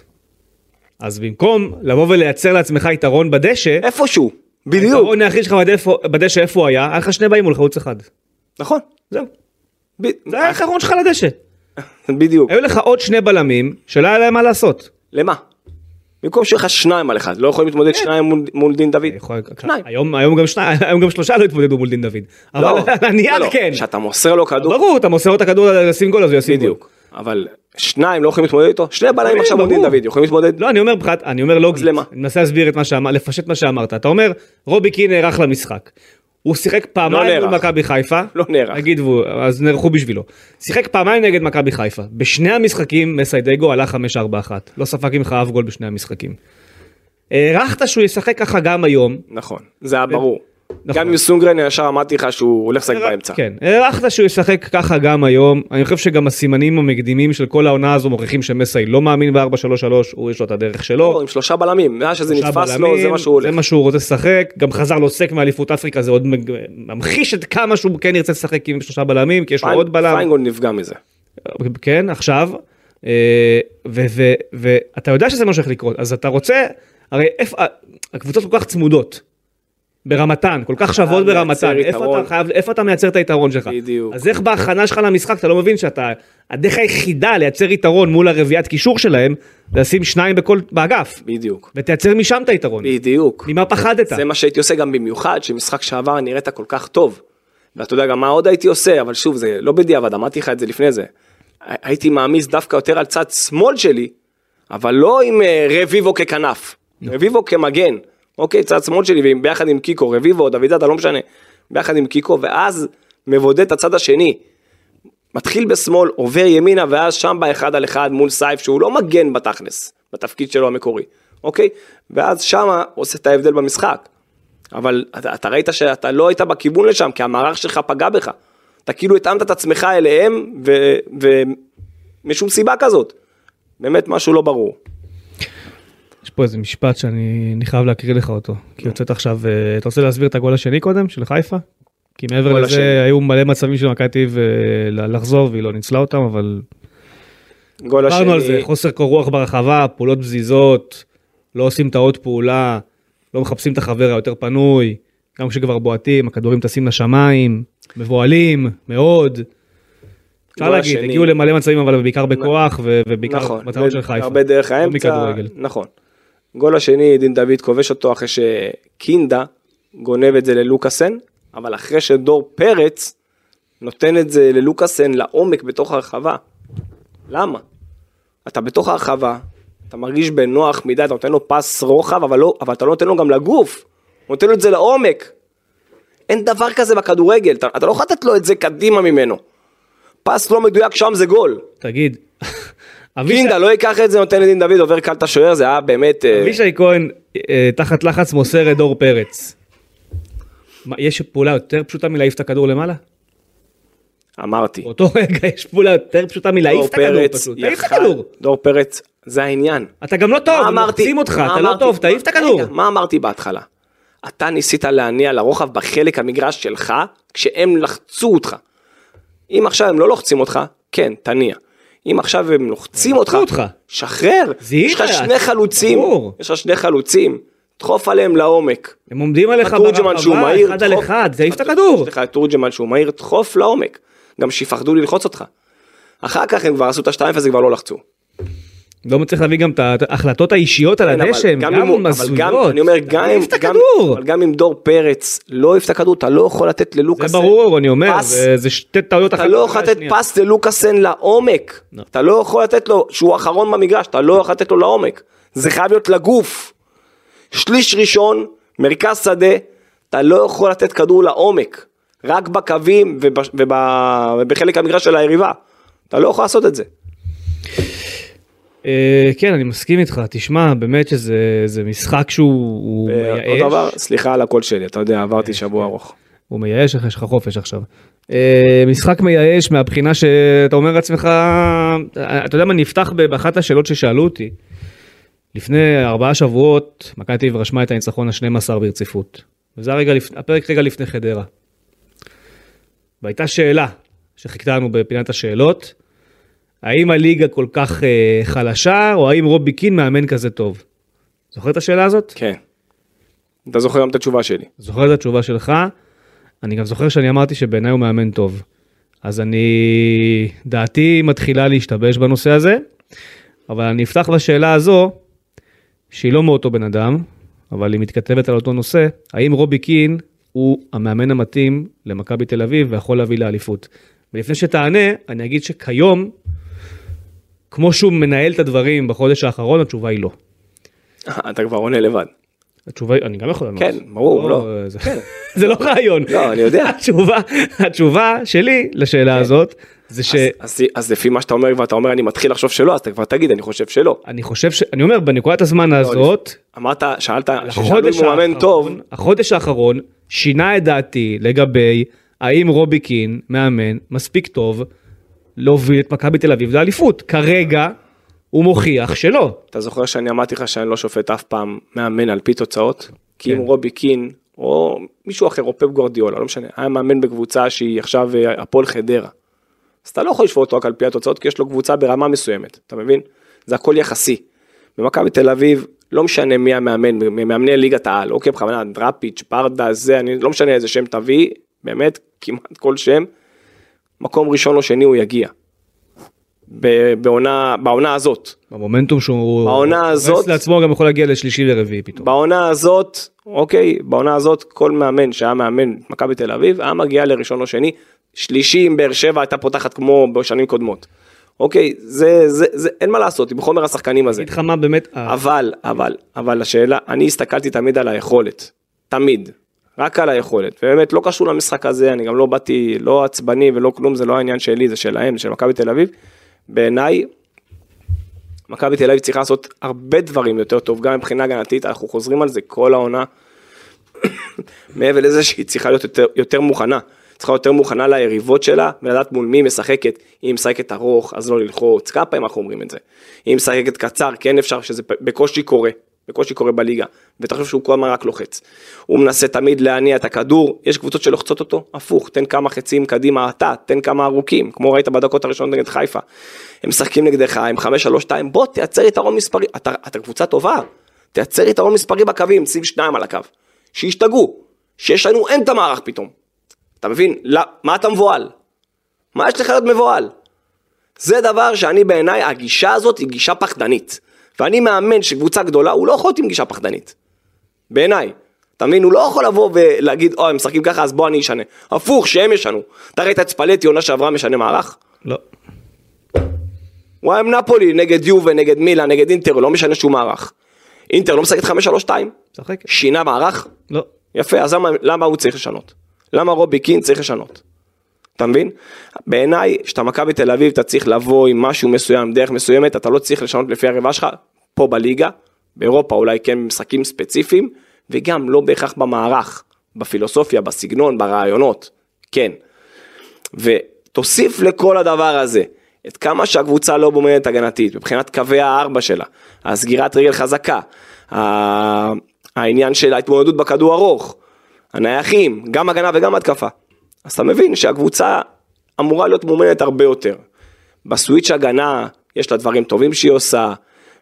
אז במקום לבוא ולייצר לעצמך יתרון בדשא,
איפשהו, בדיוק.
היתרון היחיד שלך בדשא איפה הוא היה, היה לך שני באים מול חלוץ אחד.
נכון.
זהו. ב... זה היה היתרון שלך לדשא.
בדיוק.
היו לך עוד שני בלמים, שלא היה להם מה לעשות.
למה? במקום שיהיה לך שניים על אחד, לא יכולים להתמודד שניים מול, מול דין דוד. שניים.
היום, היום, גם שניים, היום גם שלושה לא התמודדו מול דין דוד. אבל הנייר
לא,
כן.
שאתה מוסר לו כדור.
ברור, אתה מוסר לו את הכדור לשים גול, אז הוא ישים גול. בדיוק.
אבל שניים לא יכולים להתמודד איתו, שני בלמים עכשיו מול דין דוד, יכולים להתמודד?
לא, אני אומר פחת, אני אומר לוגית. אני מנסה להסביר את מה שאמרת, לפשט מה שאמרת. אתה אומר, רובי קין נערך למשחק. הוא שיחק פעמיים מול מכבי חיפה.
לא נערך.
נגיד, אז נערכו בשבילו. שיחק פעמיים נגד מכבי חיפה. בשני המשחקים מסיידגו עלה חמש ארבע אחת. לא ספק ממך אף גול בשני המשחקים. הערכת שהוא ישחק ככה גם היום.
נכון, זה היה ברור. גם עם סונגרן ישר אמרתי לך שהוא הולך לשחק באמצע.
כן, הערכת שהוא ישחק ככה גם היום. אני חושב שגם הסימנים המקדימים של כל העונה הזו מוכיחים שמסי לא מאמין ב-ארבע שלוש שלוש, הוא יש לו את הדרך שלו.
עם שלושה בלמים, מאז שזה נתפס לו, זה מה שהוא הולך.
זה מה שהוא רוצה לשחק, גם חזר לו סק מאליפות אפריקה, זה עוד ממחיש את כמה שהוא כן ירצה לשחק עם שלושה בלמים, כי יש לו עוד בלם.
פיינגול נפגע מזה.
כן, עכשיו, ואתה יודע שזה מה שהולך לקרות, אז אתה רוצה, הרי הקבוצות כל כך צמודות, ברמתן, כל כך שוות ברמתן, איפה אתה חייב, איפה אתה מייצר את היתרון שלך?
בדיוק.
אז איך בהכנה שלך למשחק, אתה לא מבין שאתה, הדרך היחידה לייצר יתרון מול הרביעת קישור שלהם, לשים שניים בכל, באגף.
בדיוק.
ותייצר משם את היתרון.
בדיוק.
ממה פחדת?
זה מה שהייתי עושה גם במיוחד, שמשחק שעבר נראית כל כך טוב. ואתה יודע גם מה עוד הייתי עושה, אבל שוב, זה לא בדיעבד, אמרתי לך את זה לפני זה. הייתי מאמיס דווקא יותר על צד שמאל שלי, אבל לא עם רביבו ככנף, רביבו כמגן. אוקיי, צד שמאל שלי, ביחד עם קיקו, רביבו, דוידדה, לא משנה, ביחד עם קיקו, ואז מבודד את הצד השני, מתחיל בשמאל, עובר ימינה, ואז שם באחד על אחד מול סייף, שהוא לא מגן בתכלס, בתפקיד שלו המקורי, אוקיי? ואז שם עושה את ההבדל במשחק, אבל אתה, אתה ראית שאתה לא היית בכיוון לשם, כי המערך שלך פגע בך, אתה כאילו התאמת את עצמך אליהם, ו, ומשום סיבה כזאת, באמת משהו לא ברור.
יש פה איזה משפט שאני חייב להקריא לך אותו, כי יוצאת עכשיו, אתה רוצה להסביר את הגול השני קודם, של חיפה? כי מעבר לזה היו מלא מצבים של מכבי תל אביב לחזור, והיא לא ניצלה אותם, אבל... דיברנו על זה, חוסר קור רוח ברחבה, פעולות בזיזות, לא עושים את העוד פעולה, לא מחפשים את החבר היותר פנוי, גם כשכבר בועטים, הכדורים טסים לשמיים, מבועלים, מאוד... אפשר להגיד, הגיעו למלא מצבים, אבל בעיקר בכוח, ובעיקר מטרות של חיפה.
הרבה דרך האמצע, נכון. גול השני, דין דוד כובש אותו אחרי שקינדה גונב את זה ללוקאסן, אבל אחרי שדור פרץ נותן את זה ללוקאסן לעומק בתוך הרחבה. למה? אתה בתוך הרחבה, אתה מרגיש בנוח מדי, אתה נותן לו פס רוחב, אבל, לא, אבל אתה לא נותן לו גם לגוף, נותן לו את זה לעומק. אין דבר כזה בכדורגל, אתה, אתה לא יכול לתת לו את זה קדימה ממנו. פס לא מדויק שם זה גול.
תגיד.
קינדה לא ייקח את זה, נותן לדין דוד, עובר קל את השוער, זה היה באמת...
אבישי כהן, תחת לחץ מוסר את דור פרץ. יש פעולה יותר פשוטה מלהעיף את הכדור למעלה?
אמרתי.
באותו רגע יש פעולה יותר פשוטה מלהעיף את הכדור פשוט. תעיף את הכדור.
דור פרץ, זה העניין.
אתה גם לא טוב, מוחצים אותך, אתה לא טוב, תעיף את הכדור.
מה אמרתי בהתחלה? אתה ניסית להניע לרוחב בחלק המגרש שלך, כשהם לחצו אותך. אם עכשיו הם לא לוחצים אותך, כן, תניע. אם עכשיו הם לוחצים אותך, שחרר. יש לך שני חלוצים, יש לך שני חלוצים, דחוף עליהם לעומק.
הם עומדים עליך ברחבה, אחד על אחד, זה העיף את הכדור.
יש לך את תורג'מן שהוא מהיר, דחוף לעומק. גם שיפחדו ללחוץ אותך. אחר כך הם כבר עשו את השתיים, וזה כבר לא לחצו.
לא מצליח להביא גם את ההחלטות האישיות על הדשא, הם גם מזויות.
אני אומר, גם אם דור פרץ לא העיף את הכדור, אתה לא יכול לתת ללוקאסן.
זה ברור, אני אומר, זה שתי טעויות אחת.
אתה לא יכול לתת פס ללוקאסן לעומק. אתה לא יכול לתת לו, שהוא האחרון במגרש, אתה לא יכול לתת לו לעומק. זה חייב להיות לגוף. שליש ראשון, מרכז שדה, אתה לא יכול לתת כדור לעומק. רק בקווים ובחלק המגרש של היריבה. אתה לא יכול לעשות את זה.
כן, אני מסכים איתך, תשמע, באמת שזה משחק שהוא מייאש.
עוד דבר, סליחה על הקול שלי, אתה יודע, עברתי שבוע ארוך.
הוא מייאש, יש לך חופש עכשיו. משחק מייאש מהבחינה שאתה אומר לעצמך, אתה יודע מה, נפתח באחת השאלות ששאלו אותי, לפני ארבעה שבועות, מכבי תל אביב רשמה את הניצחון ה-שנים עשר ברציפות, וזה הפרק רגע לפני חדרה. והייתה שאלה שחיכתה לנו בפינת השאלות, האם הליגה כל כך uh, חלשה, או האם רובי קין מאמן כזה טוב? זוכר את השאלה הזאת?
כן. אתה זוכר גם את התשובה שלי.
זוכר את התשובה שלך. אני גם זוכר שאני אמרתי שבעיניי הוא מאמן טוב. אז אני, דעתי מתחילה להשתבש בנושא הזה, אבל אני אפתח בשאלה הזו, שהיא לא מאותו בן אדם, אבל היא מתכתבת על אותו נושא, האם רובי קין הוא המאמן המתאים למכבי תל אביב, ויכול להביא לאליפות. ולפני שתענה, אני אגיד שכיום, כמו שהוא מנהל את הדברים בחודש האחרון, התשובה היא לא.
אתה כבר עונה לבד.
התשובה, אני גם יכול לענות.
כן, ברור, לא.
זה לא רעיון.
לא, אני יודע.
התשובה שלי לשאלה הזאת, זה ש...
אז לפי מה שאתה אומר, ואתה אומר, אני מתחיל לחשוב שלא, אז אתה כבר תגיד, אני חושב שלא.
אני חושב ש... אני אומר, בנקודת הזמן הזאת...
אמרת, שאלת, ששאלו אם הוא מאמן טוב.
החודש האחרון שינה את דעתי לגבי האם רובי קין, מאמן, מספיק טוב, להוביל את מכבי תל אביב לאליפות. כרגע הוא מוכיח שלא.
אתה זוכר שאני אמרתי לך שאני לא שופט אף פעם מאמן על פי תוצאות? כי אם רובי קין, או מישהו אחר, או פפ גוארדיולה, לא משנה, היה מאמן בקבוצה שהיא עכשיו הפועל חדרה. אז אתה לא יכול לשפוט אותו רק על פי התוצאות, כי יש לו קבוצה ברמה מסוימת, אתה מבין? זה הכל יחסי. במכבי תל אביב, לא משנה מי המאמן, מאמני ליגת העל, אוקיי, בכוונה, דראפיץ', פרדה, זה, אני לא משנה איזה שם תביא, באמת, כמעט כל שם, מקום ראשון או שני הוא יגיע. בעונה, בעונה הזאת.
במומנטום שהוא...
בעונה הזאת...
לעצמו גם יכול להגיע לשלישי ורביעי פתאום.
בעונה הזאת, אוקיי, בעונה הזאת, כל מאמן שהיה מאמן מכבי תל אביב, היה מגיע לראשון או שני, שלישי עם באר שבע הייתה פותחת כמו בשנים קודמות. אוקיי, זה, זה, זה, אין מה לעשות, בחומר השחקנים הזה.
התחמה באמת...
אבל, אבל, אבל השאלה, אני הסתכלתי תמיד על היכולת. תמיד. רק על היכולת. ובאמת לא קשור למשחק הזה, אני גם לא באתי, לא עצבני ולא כלום, זה לא העניין שלי, זה שלהם, של מכבי תל אביב. בעיניי, מכבי תל אביב צריכה לעשות הרבה דברים יותר טוב, גם מבחינה הגנתית, אנחנו חוזרים על זה כל העונה, מעבר לזה שהיא צריכה להיות יותר, יותר מוכנה, צריכה יותר מוכנה ליריבות שלה, ולדעת מול מי משחקת, אם משחקת ארוך, אז לא ללחוץ, כמה פעמים אנחנו אומרים את זה, אם משחקת קצר, כן אפשר שזה בקושי קורה, בקושי קורה בליגה, ותחשוב שהוא כל הזמן רק לוחץ, הוא מנסה תמיד להניע את הכדור, יש קבוצות שלוחצות אותו, הפוך, תן כמה חצים קדימה אתה, תן כמה ארוכים, כמו ראית בדקות הראשונות נגד חיפה, הם משחקים נגדך, עם חמש שלוש שתיים, בוא תייצר יתרון מספרי, אתה, אתה קבוצה טובה, תייצר יתרון מספרי בקווים, שים שניים על הקו, שישתגעו, שיש לנו אין את המערך פתאום, אתה מבין? לא, מה אתה מבועל? מה יש לך להיות מבועל? זה דבר שאני בעיניי, הגישה הזאת היא גישה פחדנית, ואני מאמן שקבוצה גדולה, הוא לא יכול להיות עם גישה פחדנית. בעיניי. אתה מבין? הוא לא יכול לבוא ולהגיד, או, הם משחקים ככה, אז בוא אני אשנה. הפוך, שהם ישנו. אתה ראית את ספלטי, עונה שעברה משנה מערך?
לא.
הוא היה עם נפולי, נגד יובה, נגד מילה, נגד אינטר, הוא לא משנה שום מערך. אינטר לא משחקת חמש שלוש שתיים?
משחק.
שינה מערך?
לא.
יפה, אז למה, למה הוא צריך לשנות? למה רובי קין צריך לשנות? אתה מבין? בעיניי, שאתה מכבי תל אביב, אתה צריך לבוא עם משהו מסוים, דרך מסוימת, אתה לא צריך לשנות לפי הרבע שלך, פה בליגה, באירופה אולי כן משחקים ספציפיים, וגם לא בהכרח במערך, בפילוסופיה, בסגנון, ברעיונות, כן. ותוסיף לכל הדבר הזה, את כמה שהקבוצה לא בומנת הגנתית, מבחינת קווי הארבע שלה, הסגירת רגל חזקה, העניין של ההתמודדות בכדור ארוך, הנייחים, גם הגנה וגם התקפה. אז אתה מבין שהקבוצה אמורה להיות מומנת הרבה יותר. בסוויץ' הגנה יש לה דברים טובים שהיא עושה,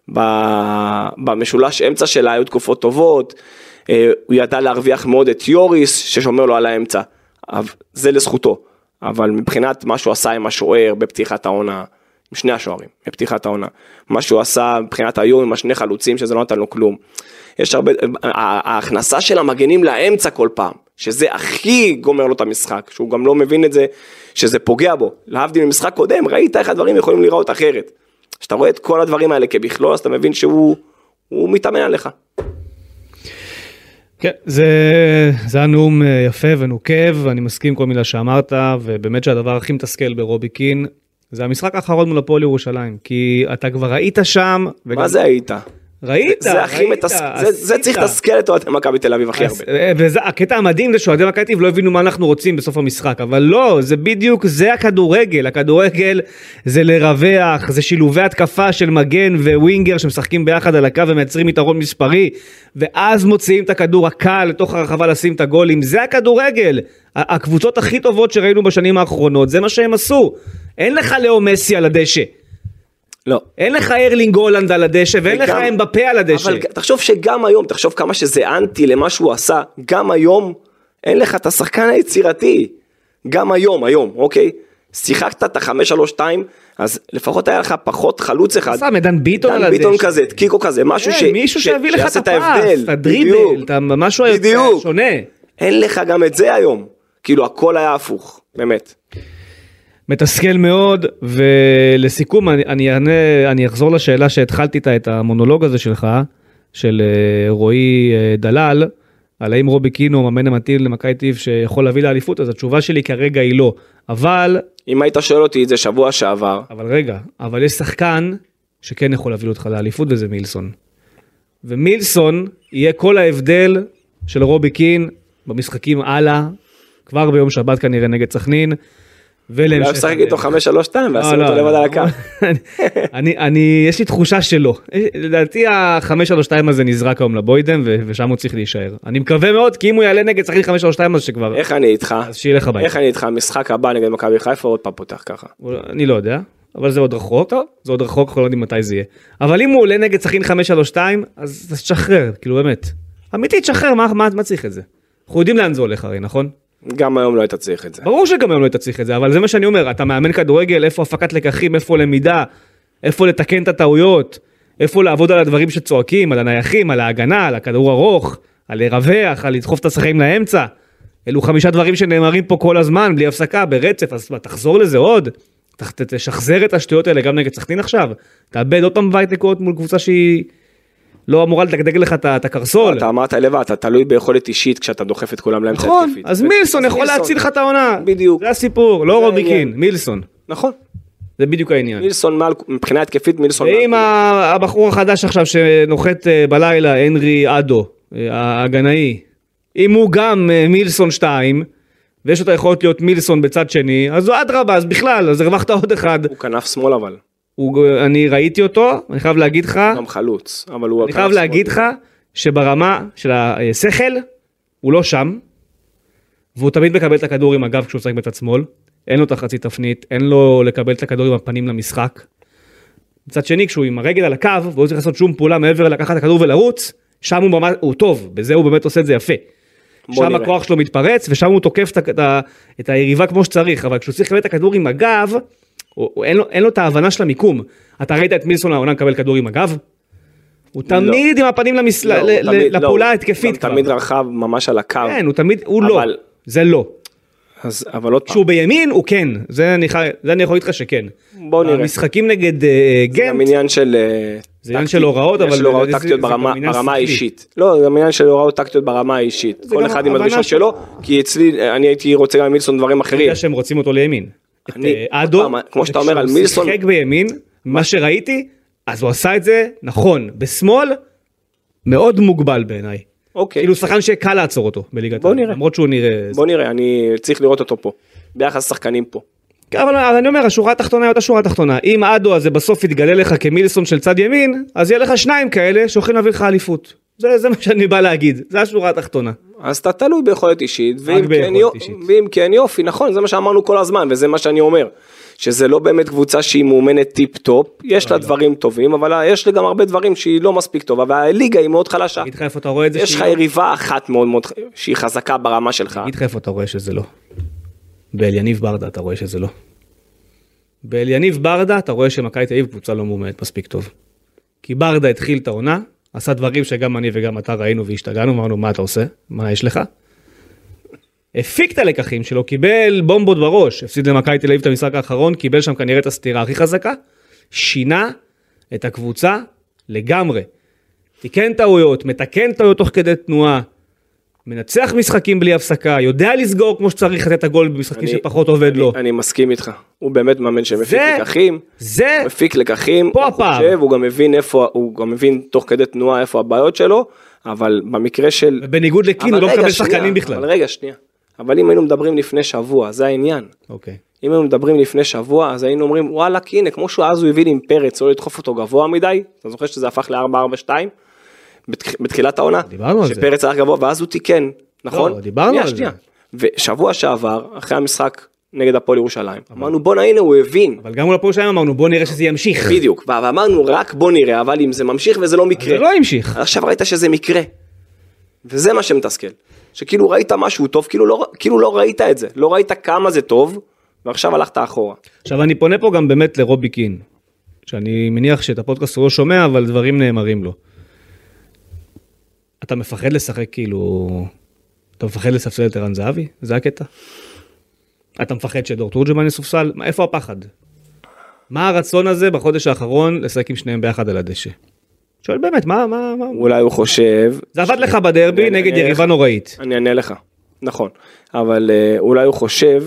במשולש אמצע שלה היו תקופות טובות, הוא ידע להרוויח מאוד את יוריס ששומר לו על האמצע, זה לזכותו, אבל מבחינת מה שהוא עשה עם השוער בפתיחת העונה, עם שני השוערים, בפתיחת העונה, מה שהוא עשה מבחינת היום עם השני חלוצים שזה לא נתן לו כלום, יש הרבה, ההכנסה של המגנים לאמצע כל פעם, שזה הכי גומר לו את המשחק, שהוא גם לא מבין את זה, שזה פוגע בו, להבדיל ממשחק קודם, ראית איך הדברים יכולים לראות אחרת, כשאתה רואה את כל הדברים האלה כבכלול, אז אתה מבין שהוא הוא מתאמן עליך.
כן, זה, זה היה נאום יפה ונוקב, אני מסכים כל מילה שאמרת, ובאמת שהדבר הכי מתסכל ברובי קין, זה המשחק האחרון מול הפועל ירושלים, כי אתה כבר ראית שם,
וגם... מה זה היית?
ראית,
זה, זה הכי מתס... זה, זה צריך לתסכל את אוהדי מכבי תל אביב הכי הרבה.
וזה, הקטע המדהים זה שאוהדי מכבי תל אביב לא הבינו מה אנחנו רוצים בסוף המשחק, אבל לא, זה בדיוק, זה הכדורגל, הכדורגל זה לרווח, זה שילובי התקפה של מגן ווינגר שמשחקים ביחד על הקו ומייצרים יתרון מספרי, ואז מוציאים את הכדור הקל לתוך הרחבה לשים את הגולים, זה הכדורגל, הקבוצות הכי טובות שראינו בשנים האחרונות, זה מה שהם עשו, אין לך לאו מסי על הדשא.
לא.
אין לך ארלינג הולנד על הדשא, ואין לך אמבפה על הדשא.
אבל תחשוב שגם היום, תחשוב כמה שזה אנטי למה שהוא עשה, גם היום אין לך את השחקן היצירתי. גם היום, היום, אוקיי? שיחקת את ה-חמש שלוש שתיים, אז לפחות היה לך פחות חלוץ אחד.
עשה מדן ביטון על הדשא.
דן ביטון כזה, קיקו כזה, משהו ש...
מישהו שהביא לך את הפס, את הדריבל, משהו שונה.
אין לך גם את זה היום. כאילו הכל היה הפוך, באמת.
מתסכל מאוד, ולסיכום אני, אני, אענה, אני אחזור לשאלה שהתחלתי איתה את המונולוג הזה שלך, של רועי דלל, על האם רובי קין הוא מאמן המתאים למכבי תל אביב שיכול להביא לאליפות, אז התשובה שלי כרגע היא לא, אבל...
אם היית שואל אותי את זה שבוע שעבר...
אבל רגע, אבל יש שחקן שכן יכול להביא אותך לאליפות, וזה מילסון. ומילסון יהיה כל ההבדל של רובי קין במשחקים הלאה, כבר ביום שבת כנראה נגד סכנין,
אולי משחק איתו חמש שלוש שתיים ועשו אותו לבד על הקו.
אני, יש לי תחושה שלא. לדעתי ה-חמש שלוש שתיים הזה נזרק היום לבוידם, ושם הוא צריך להישאר. אני מקווה מאוד, כי אם הוא יעלה נגד שחקן חמש שלוש שתיים, אז שכבר...
איך אני איתך?
אז שילך הביתה.
איך אני איתך? המשחק הבא נגד מכבי חיפה עוד פעם פותח ככה.
אני לא יודע, אבל זה עוד רחוק. טוב. זה עוד רחוק, אנחנו לא יודעים מתי זה יהיה. אבל אם הוא עולה נגד שחקן חמש שלוש שתיים, אז תשחרר, כאילו באמת. אמיתי, תשחרר, מה, מה, מה צריך את זה? אנחנו יודעים לאן זה הולך הרי, נכון?
גם היום לא היית צריך את זה.
ברור שגם היום לא היית צריך את זה, אבל זה מה שאני אומר, אתה מאמן כדורגל, איפה הפקת לקחים, איפה למידה, איפה לתקן את הטעויות, איפה לעבוד על הדברים שצועקים, על הנייחים, על ההגנה, על הכדור ארוך, על לרווח, על לדחוף את השחקנים לאמצע. אלו חמישה דברים שנאמרים פה כל הזמן, בלי הפסקה, ברצף, אז תחזור לזה עוד, תשחזר את השטויות האלה גם נגד סכנין עכשיו, תאבד עוד פעם בית נקודות מול קבוצה שהיא לא אמורה לדגדג לך את הקרסול.
אתה אמרת לבד, אתה תלוי ביכולת אישית כשאתה דוחף את כולם לאמצע התקפית.
אז מילסון יכול להציל לך את העונה.
בדיוק.
זה הסיפור, לא רובי קין, מילסון.
נכון.
זה בדיוק העניין.
מילסון מבחינה התקפית, מילסון.
ואם הבחור החדש עכשיו שנוחת בלילה, הנרי אדו, ההגנאי, אם הוא גם מילסון שתיים, ויש לו את היכולת להיות מילסון בצד שני, אז הוא אדרבה, אז בכלל, אז הרווחת עוד אחד.
הוא כנף שמאל אבל.
הוא, אני ראיתי אותו, אני חייב להגיד לך,
גם חלוץ, אבל הוא
אני חייב להגיד לך, שברמה של השכל, הוא לא שם, והוא תמיד מקבל את הכדור עם הגב כשהוא צריך בצד שמאל, אין לו את החצי תפנית, אין לו לקבל את הכדור עם הפנים למשחק, מצד שני, כשהוא עם הרגל על הקו, והוא צריך לעשות שום פעולה מעבר לקחת את הכדור ולרוץ, שם הוא, ברמה, הוא טוב, בזה הוא באמת עושה את זה יפה. שם נראה. הכוח שלו מתפרץ, ושם הוא תוקף את, את, את היריבה כמו שצריך, אבל כשהוא צריך לקבל את הכדור עם הגב, הוא, אין, לו, אין לו את ההבנה של המיקום. אתה ראית את מילסון העונה מקבל כדור עם הגב? הוא תמיד לא. עם הפנים למס... לא, ל... תמיד, לפעולה לא. התקפית.
הוא תמיד רחב ממש על הקו.
כן, הוא תמיד, הוא אבל... לא. זה לא.
אז, אבל עוד
כשהוא פעם. בימין, הוא כן. זה אני, זה אני יכול להתך שכן.
בואו נראה.
המשחקים נגד uh, גנט.
זה גם עניין של...
זה עניין של הוראות, אבל...
של הוראות טקטיות ברמה, ברמה האישית. לא, זה עניין של הוראות טקטיות ברמה האישית. כל אחד עם הדרישות שלו, כי אצלי, אני הייתי רוצה גם מילסון דברים אחרים. אני יודע
שהם רוצים אותו לימין.
אני, אדו, כמו שאתה אומר על מילסון,
שיחק בימין, מה שראיתי, אז הוא עשה את זה, נכון, בשמאל, מאוד מוגבל בעיניי.
אוקיי.
כאילו שחקן שקל לעצור אותו בליגת העל, למרות שהוא נראה...
בוא נראה, אני צריך לראות אותו פה, ביחס שחקנים פה.
אבל אני אומר, השורה התחתונה היא אותה שורה התחתונה, אם אדו הזה בסוף יתגלה לך כמילסון של צד ימין, אז יהיה לך שניים כאלה שהולכים להביא לך אליפות. זה, זה מה שאני בא להגיד, זה השורה התחתונה.
אז אתה תלוי ביכולת אישית, ואם כן,
ביכולת אישית.
ואם כן יופי, נכון, זה מה שאמרנו כל הזמן, וזה מה שאני אומר, שזה לא באמת קבוצה שהיא מאומנת טיפ טופ, יש לה דברים טובים, אבל יש לה גם הרבה דברים שהיא לא מספיק טובה, והליגה היא מאוד חלשה.
תגיד לך איפה אתה רואה את זה?
יש לך יריבה אחת מאוד מאוד, שהיא חזקה ברמה שלך.
תגיד לך איפה אתה רואה שזה לא. באליניב ברדה אתה רואה שזה לא. באליניב ברדה אתה רואה שמכבי תל אביב קבוצה לא מאומנת מספיק טוב. כי ברדה התחיל את העונה, עשה דברים שגם אני וגם אתה ראינו והשתגענו, אמרנו מה אתה עושה? מה יש לך? הפיק את הלקחים שלו, קיבל בומבות בראש, הפסיד למכבי תל אביב את המשחק האחרון, קיבל שם כנראה את הסתירה הכי חזקה, שינה את הקבוצה לגמרי. תיקן טעויות, מתקן טעויות תוך כדי תנועה, מנצח משחקים בלי הפסקה, יודע לסגור כמו שצריך לתת הגול במשחקים
אני,
שפחות עובד
אני,
לו.
אני מסכים איתך, הוא באמת מאמן שמפיק
זה,
לקחים,
זה,
הוא מפיק לקחים,
פה
הוא
הפעם.
חושב, הוא גם מבין איפה, הוא גם מבין תוך כדי תנועה איפה הבעיות שלו, אבל במקרה של...
בניגוד לקין, הוא לא מקבל שחקנים בכלל.
אבל רגע, שנייה. אבל אם היינו מדברים לפני שבוע, זה העניין.
אוקיי.
אם היינו מדברים לפני שבוע, אז היינו אומרים, וואלה, הנה, כמו שהוא אז הוא הבין עם פרץ, לא לדחוף אותו גבוה מדי, אתה זוכר שזה הפך ל-ארבע ארבע שתיים, בתחילת העונה,
דיברנו על זה.
שפרץ היה גבוה, ואז הוא תיקן, נכון?
לא, דיברנו על זה.
ושבוע שעבר, אחרי המשחק נגד הפועל ירושלים, אמרנו, בוא הנה, הוא הבין.
אבל גם מול הפועל ירושלים אמרנו, בוא נראה שזה ימשיך.
בדיוק, ואמרנו, רק בוא נראה, אבל אם זה ממשיך וזה לא מקרה.
זה לא ימשיך.
עכשיו ראית שזה מקרה. וזה מה שמתסכל. שכאילו ראית משהו טוב, כאילו לא, כאילו לא ראית את זה. לא ראית כמה זה טוב, ועכשיו הלכת אחורה.
עכשיו אני פונה פה גם באמת לרובי קין, שאני מניח שאת הפודקאסט הוא לא שומע, אבל דברים נאמרים לו. אתה מפחד לשחק כאילו... אתה מפחד לספסל את ערן זהבי? זה הקטע? אתה מפחד שדור תורג'מן יסופסל? איפה הפחד? מה הרצון הזה בחודש האחרון לשחק עם שניהם ביחד על הדשא? שואל באמת, מה, מה, מה?
אולי הוא חושב...
זה עבד לך בדרבי נגד יריבה נוראית.
אני אענה לך, נכון. אבל אולי הוא חושב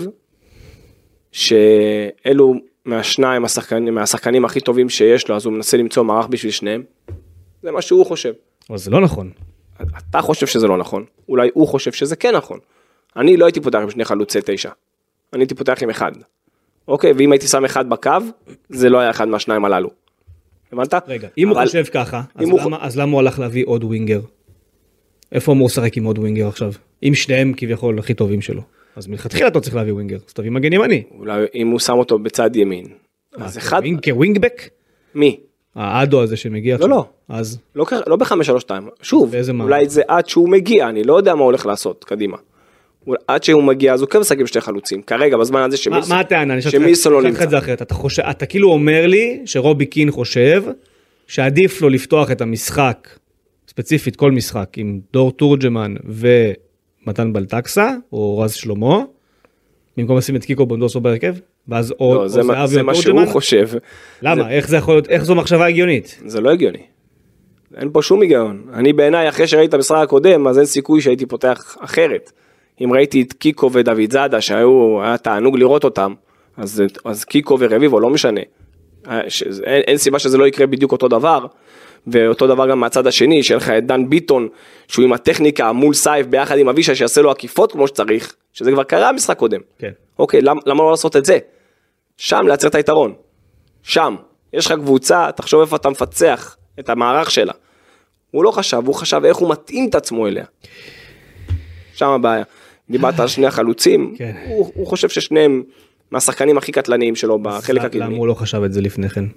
שאלו מהשניים השחקנים, מהשחקנים הכי טובים שיש לו, אז הוא מנסה למצוא מערך בשביל שניהם. זה מה שהוא חושב.
אבל זה לא נכון.
אתה חושב שזה לא נכון, אולי הוא חושב שזה כן נכון. אני לא הייתי פותח עם שני חלוצי תשע, אני הייתי פותח עם אחד. אוקיי, ואם הייתי שם אחד בקו, זה לא היה אחד מהשניים הללו. הבנת?
רגע, אם הוא חושב ככה, אז למה הוא הלך להביא עוד ווינגר? איפה אמור לשחק עם עוד ווינגר עכשיו? אם שניהם כביכול הכי טובים שלו. אז מלכתחילה אתה צריך להביא ווינגר, אז תביא מגן ימני.
אולי אם הוא שם אותו בצד ימין. אז אחד...
כווינגבק?
מי?
האדו הזה שמגיע.
לא, לא.
אז?
לא, לא ב-חמש שלוש שתיים. שוב, אולי זה עד שהוא מגיע, אני לא יודע מה הולך לעשות, קדימה. עד שהוא מגיע, אז הוא כן משחק עם שתי חלוצים. כרגע, בזמן הזה
שמילסון... מה הטענה?
שמילסון לא נמצא.
אתה כאילו אומר לי שרובי קין חושב שעדיף לו לפתוח את המשחק, ספציפית כל משחק, עם דור תורג'מן ומתן בלטקסה, או רז שלמה, במקום לשים את קיקו בונדוסו בהרכב? ואז או,
לא,
או
זה, מה, זה מה שהוא חושב.
למה?
זה...
איך זה יכול להיות? איך זו מחשבה הגיונית?
זה לא הגיוני. אין פה שום היגיון. אני בעיניי, אחרי שראיתי את המשחק הקודם, אז אין סיכוי שהייתי פותח אחרת. אם ראיתי את קיקו ודוד זאדה, שהיו, היה תענוג לראות אותם, אז, אז קיקו ורביבו, לא משנה. אין, אין סיבה שזה לא יקרה בדיוק אותו דבר, ואותו דבר גם מהצד השני, שיהיה לך את דן ביטון, שהוא עם הטכניקה מול סייף, ביחד עם אבישה, שיעשה לו עקיפות כמו שצריך, שזה כבר קרה המשחק קודם.
כן.
אוקיי, למה, למה לא לעשות את זה? שם לייצר את היתרון. שם. יש לך קבוצה, תחשוב איפה אתה מפצח את המערך שלה. הוא לא חשב, הוא חשב איך הוא מתאים את עצמו אליה. שם הבעיה. דיברת על שני החלוצים,
כן.
הוא, הוא חושב ששניהם מהשחקנים הכי קטלניים שלו בחלק הקדמי.
למה הוא לא חשב את זה לפני כן?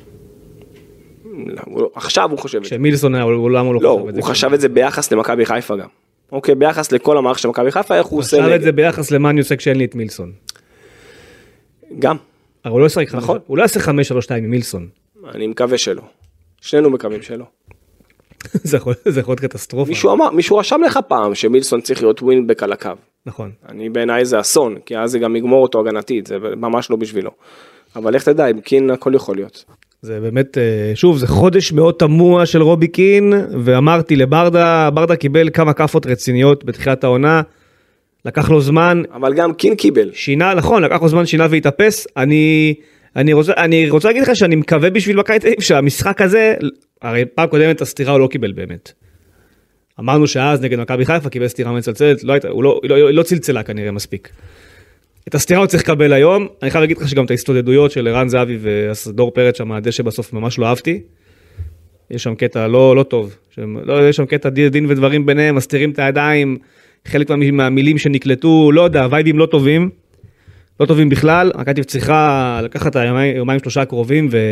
לא, עכשיו הוא חושב את זה.
כשמילסון היה, למה הוא לא
לא,
חשב את זה?
הוא חשב את זה ביחס למכבי חיפה גם. אוקיי, ביחס לכל המערך של מכבי חיפה, איך הוא עושה
נגד. הוא חשב את זה ביחס למה אני עושה כשאין לי את מילסון.
גם.
אבל הוא לא ישחק
נכון.
הוא לא יעשה חמש שלוש שתיים עם מילסון.
אני מקווה שלא. שנינו מקווים שלא.
זה יכול להיות קטסטרופה.
מישהו אמר, מישהו רשם לך פעם שמילסון צריך להיות ווינבק על הקו.
נכון.
אני בעיניי זה אסון, כי אז זה גם יגמור אותו הגנתית, זה ממש לא בשבילו. אבל איך תדע, עם קין הכל יכול להיות.
זה באמת, שוב, זה חודש מאוד תמוה של רובי קין, ואמרתי לברדה, ברדה קיבל כמה כפות רציניות בתחילת העונה, לקח לו זמן.
אבל גם קין קיבל.
שינה, נכון, לקח לו זמן, שינה והתאפס. אני, אני רוצה, אני רוצה להגיד לך שאני מקווה בשביל מכבי תל אביב שהמשחק הזה, הרי פעם קודמת הסתירה הוא לא קיבל באמת. אמרנו שאז נגד מכבי חיפה קיבל סתירה מצלצלת, לא, הוא לא, לא, לא צלצלה כנראה מספיק. את הסתירה הוא צריך לקבל היום, אני חייב להגיד לך שגם את ההסתודדויות של ערן זהבי ודור פרץ שם, הדשא בסוף ממש לא אהבתי. יש שם קטע לא, לא טוב, שם, לא, יש שם קטע דין ודברים ביניהם, מסתירים את הידיים, חלק מה, מהמילים שנקלטו, לא יודע, וייבים לא טובים, לא טובים בכלל, מכבי צריכה לקחת את היומיים, יומיים שלושה הקרובים, ו...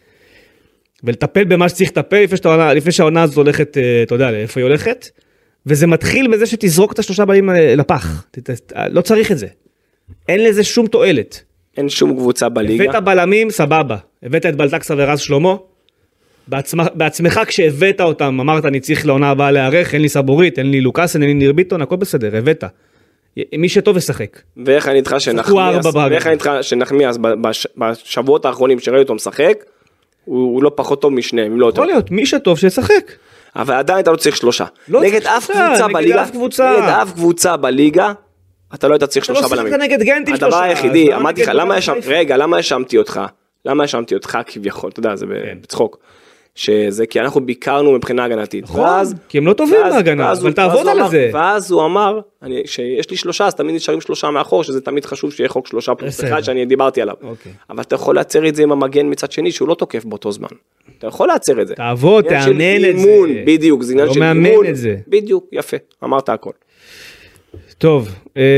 ולטפל במה שצריך לטפל, לפני, שהעונה, לפני שהעונה הזאת הולכת, אתה יודע, לאיפה היא הולכת, וזה מתחיל בזה שתזרוק את השלושה בלמים לפח, לא צריך את זה, אין לזה שום תועלת.
אין שום קבוצה בליגה.
הבאת בלמים, סבבה, הבאת את בלטקסה ורז שלמה, בעצמך, בעצמך כשהבאת אותם, אמרת אני צריך לעונה הבאה להיערך, אין לי סבורית, אין לי לוקאסן, אין לי ניר ביטון, הכל בסדר, הבאת. מי שטוב ישחק.
ואיך אני איתך שנחמיאס, ואיך אני איתך שנחמיאס בשבועות האחרונים שראיתי אותו משחק, הוא לא פחות טוב משניהם, אם לא יותר.
יכול להיות, מי שטוב שישחק.
אבל עדיין אתה לא צריך שלושה. נגד אף קבוצה בליגה, נגד אף קבוצה בליגה, אתה לא היית צריך שלושה בלמים.
אתה לא שחקת נגד גנט עם שלושה.
הדבר היחידי, אמרתי לך, רגע, למה האשמתי אותך? למה האשמתי אותך כביכול, אתה יודע, זה בצחוק. שזה כי אנחנו ביקרנו מבחינה הגנתית.
כי הם לא טובים בהגנה, אבל תעבוד על זה.
ואז הוא אמר, שיש לי שלושה, אז תמיד נשארים שלושה מאחור, שזה תמיד חשוב שיהיה חוק שלושה פלוס אחד שאני דיברתי עליו. אבל אתה יכול לעצר את זה עם המגן מצד שני, שהוא לא תוקף באותו זמן. אתה יכול לעצר את זה.
תעבוד, תאמן את זה.
בדיוק, זה עניין של אימון. בדיוק, יפה, אמרת הכל.
טוב,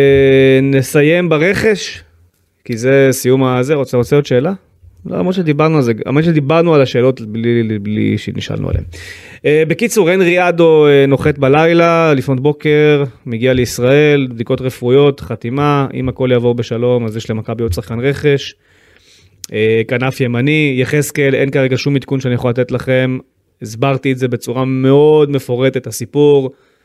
נסיים ברכש, כי זה סיום הזה, רוצה רוצה עוד שאלה? לא, אמרת שדיברנו על זה, אמרת שדיברנו על השאלות בלי, בלי שנשאלנו עליהן. בקיצור, אין ריאדו נוחת בלילה, לפנות בוקר, מגיע לישראל, בדיקות רפואיות, חתימה, אם הכל יעבור בשלום, אז יש למכבי עוד שחקן רכש. כנף ימני, יחזקאל, אין כרגע שום עדכון שאני יכול לתת לכם, הסברתי את זה בצורה מאוד מפורטת, הסיפור,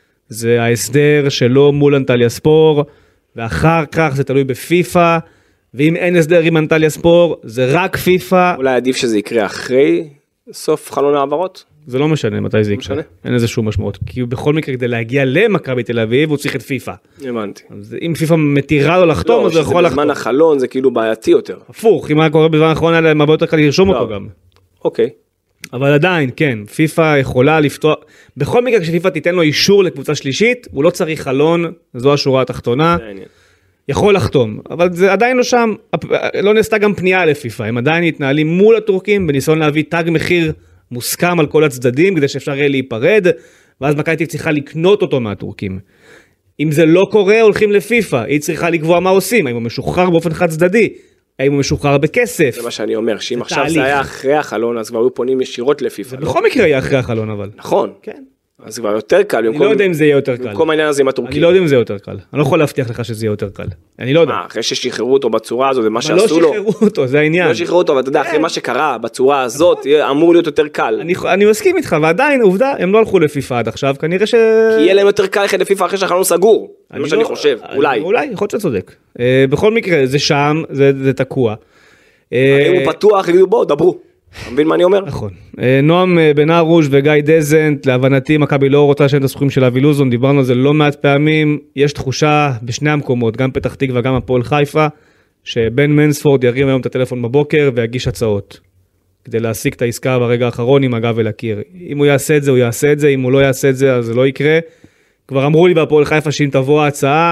זה ההסדר שלו מול אנטליה ספור, ואחר כך זה תלוי בפיפה, ואם אין הסדר עם אנטליה ספור, זה רק פיפה.
אולי עדיף שזה יקרה אחרי סוף חלון העברות?
זה לא משנה מתי זה יקרה. אין לזה שום משמעות. כי בכל מקרה כדי להגיע למכבי תל אביב, הוא צריך את פיפה.
הבנתי.
אם פיפה מתירה לו לחתום, אז הוא יכול לחתום.
בזמן החלון זה כאילו בעייתי יותר.
הפוך, אם היה קורה בזמן האחרון, היה הרבה יותר קל לרשום אותו גם.
אוקיי.
אבל עדיין, כן, פיפה יכולה לפתוח, בכל מקרה כשפיפה תיתן לו אישור לקבוצה שלישית, הוא לא צריך חלון, זו השורה התחתונה. יכול לחתום, אבל זה עדיין לא שם, לא נעשתה גם פנייה לפיפה, הם עדיין מתנהלים מול הטורקים, בניסיון להביא תג מחיר מוסכם על כל הצדדים, כדי שאפשר יהיה להיפרד, ואז מכבי תל אביב צריכה לקנות אותו מהטורקים. אם זה לא קורה, הולכים לפיפה, היא צריכה לקבוע מה עושים, האם הוא משוחרר באופן חד צדדי, האם הוא משוחרר בכסף.
זה מה שאני אומר, שאם עכשיו זה היה אחרי החלון, אז כבר היו פונים ישירות לפיפה.
בכל מקרה יהיה אחרי החלון אבל.
נכון.
כן.
אז כבר יותר קל.
אני לא יודע אם זה יהיה יותר קל.
במקום העניין הזה עם הטורקים.
אני לא יודע אם זה יהיה יותר קל. אני לא יכול להבטיח לך שזה יהיה יותר קל. אני לא יודע.
מה, אחרי ששחררו אותו בצורה הזו, זה מה שעשו לו.
לא שחררו אותו, זה העניין.
לא שחררו אותו, אבל אתה יודע, אחרי מה שקרה בצורה הזאת, אמור להיות יותר קל.
אני מסכים איתך, ועדיין, עובדה, הם לא הלכו לפיפה עד עכשיו, כנראה ש...
כי יהיה להם יותר קל ללכת לפיפה אחרי שהחלון סגור. זה מה שאני חושב, אולי.
אולי, יכול להיות שצודק. בכל מקרה, זה שם, זה תקוע.
אם הוא פתוח, יגידו בואו, דברו. אתה מבין מה אני אומר?
נכון. נועם בן ארוש וגיא דזנט, להבנתי מכבי לא רוצה לשלם את הסכומים של אבי לוזון, דיברנו על זה לא מעט פעמים, יש תחושה בשני המקומות, גם פתח תקווה וגם הפועל חיפה, שבן מנספורד ירים היום את הטלפון בבוקר ויגיש הצעות, כדי להשיג את העסקה ברגע האחרון עם הגב אל הקיר. אם הוא יעשה את זה, הוא יעשה את זה, אם הוא לא יעשה את זה, אז זה לא יקרה. כבר אמרו לי בהפועל חיפה שאם תבוא ההצעה,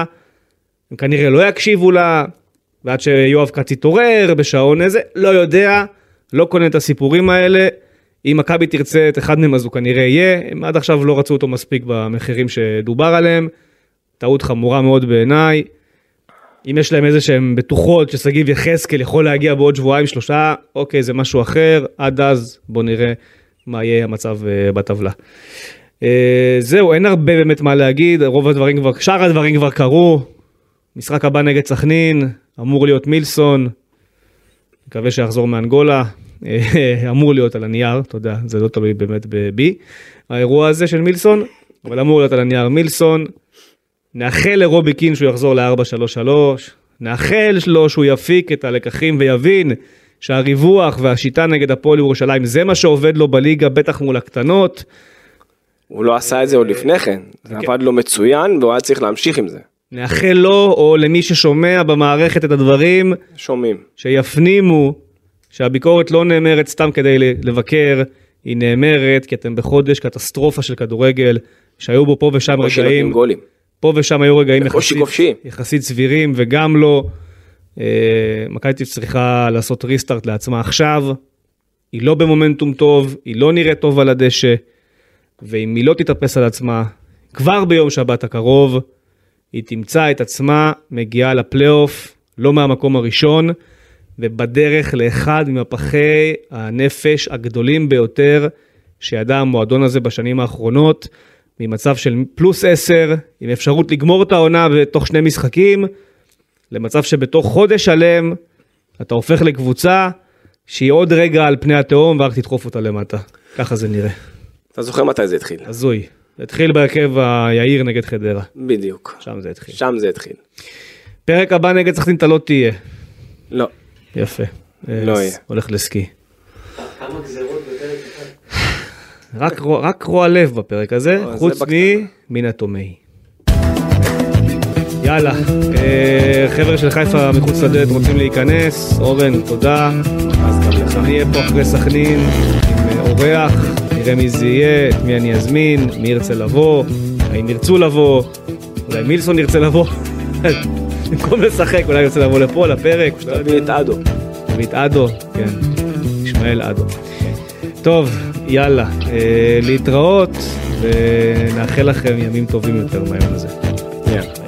הם כנראה לא יקשיבו לה, ועד שיואב כץ יתעורר בשעון איזה, לא יודע, לא קונה את הסיפורים האלה, אם מכבי תרצה את אחד מהם אז הוא כנראה יהיה, הם עד עכשיו לא רצו אותו מספיק במחירים שדובר עליהם, טעות חמורה מאוד בעיניי, אם יש להם איזה שהם בטוחות שסגיב יחזקאל יכול להגיע בעוד שבועיים שלושה, אוקיי זה משהו אחר, עד אז בוא נראה מה יהיה המצב בטבלה. זהו, אין הרבה באמת מה להגיד, רוב הדברים כבר, שאר הדברים כבר קרו, משחק הבא נגד סכנין, אמור להיות מילסון, מקווה שיחזור מאנגולה, אמור להיות על הנייר, אתה יודע, זה לא תלוי באמת בי, האירוע הזה של מילסון, אבל אמור להיות על הנייר מילסון, נאחל לרובי קין שהוא יחזור ל-ארבע שלוש שלוש, נאחל לו שהוא יפיק את הלקחים ויבין שהריווח והשיטה נגד הפועל ירושלים, זה מה שעובד לו בליגה, בטח מול הקטנות.
הוא לא עשה את זה עוד לפני כן, זה עבד לו מצוין והוא היה צריך להמשיך עם זה.
נאחל לו או למי ששומע במערכת את הדברים,
שומעים.
שיפנימו שהביקורת לא נאמרת סתם כדי לבקר, היא נאמרת כי אתם בחודש קטסטרופה של כדורגל, שהיו בו פה ושם רגעים, פה ושם היו רגעים יחסית, יחסית סבירים וגם לא, מכבי תל אביב צריכה לעשות ריסטארט לעצמה עכשיו, היא לא במומנטום טוב, היא לא נראית טוב על הדשא, ואם היא לא תתאפס על עצמה, כבר ביום שבת הקרוב, היא תמצא את עצמה, מגיעה לפלייאוף, לא מהמקום הראשון, ובדרך לאחד ממפחי הנפש הגדולים ביותר, שידע המועדון הזה בשנים האחרונות, ממצב של פלוס עשר, עם אפשרות לגמור את העונה בתוך שני משחקים, למצב שבתוך חודש שלם, אתה הופך לקבוצה, שהיא עוד רגע על פני התהום, ורק תדחוף אותה למטה. ככה זה נראה.
אתה זוכר מתי זה התחיל?
הזוי. זה התחיל בהרכב היעיר נגד חדרה.
בדיוק.
שם זה התחיל.
שם זה התחיל.
פרק הבא נגד סכנין אתה לא תהיה.
לא.
יפה.
לא יהיה.
הולך לסקי.
כמה גזרות בפרק אחד?
רק, רק רוע לב בפרק הזה,
לא,
חוץ
זה
ממן התומי. יאללה, אה, חבר'ה של חיפה מחוץ לדלת רוצים להיכנס, אורן, תודה. אז גם לך. אני אהיה פה אחרי סכנין עם אורח, נראה מי זה יהיה, את מי אני אזמין, מי ירצה לבוא, האם ירצו לבוא, אולי מילסון ירצה לבוא. במקום לשחק, אולי ירצה לבוא לפה, לפרק.
תביא את אדו.
תביא את אדו, כן, ישמעאל אדו. טוב, יאללה, אה, להתראות, ונאחל לכם ימים טובים יותר מהיום הזה.
יאללה.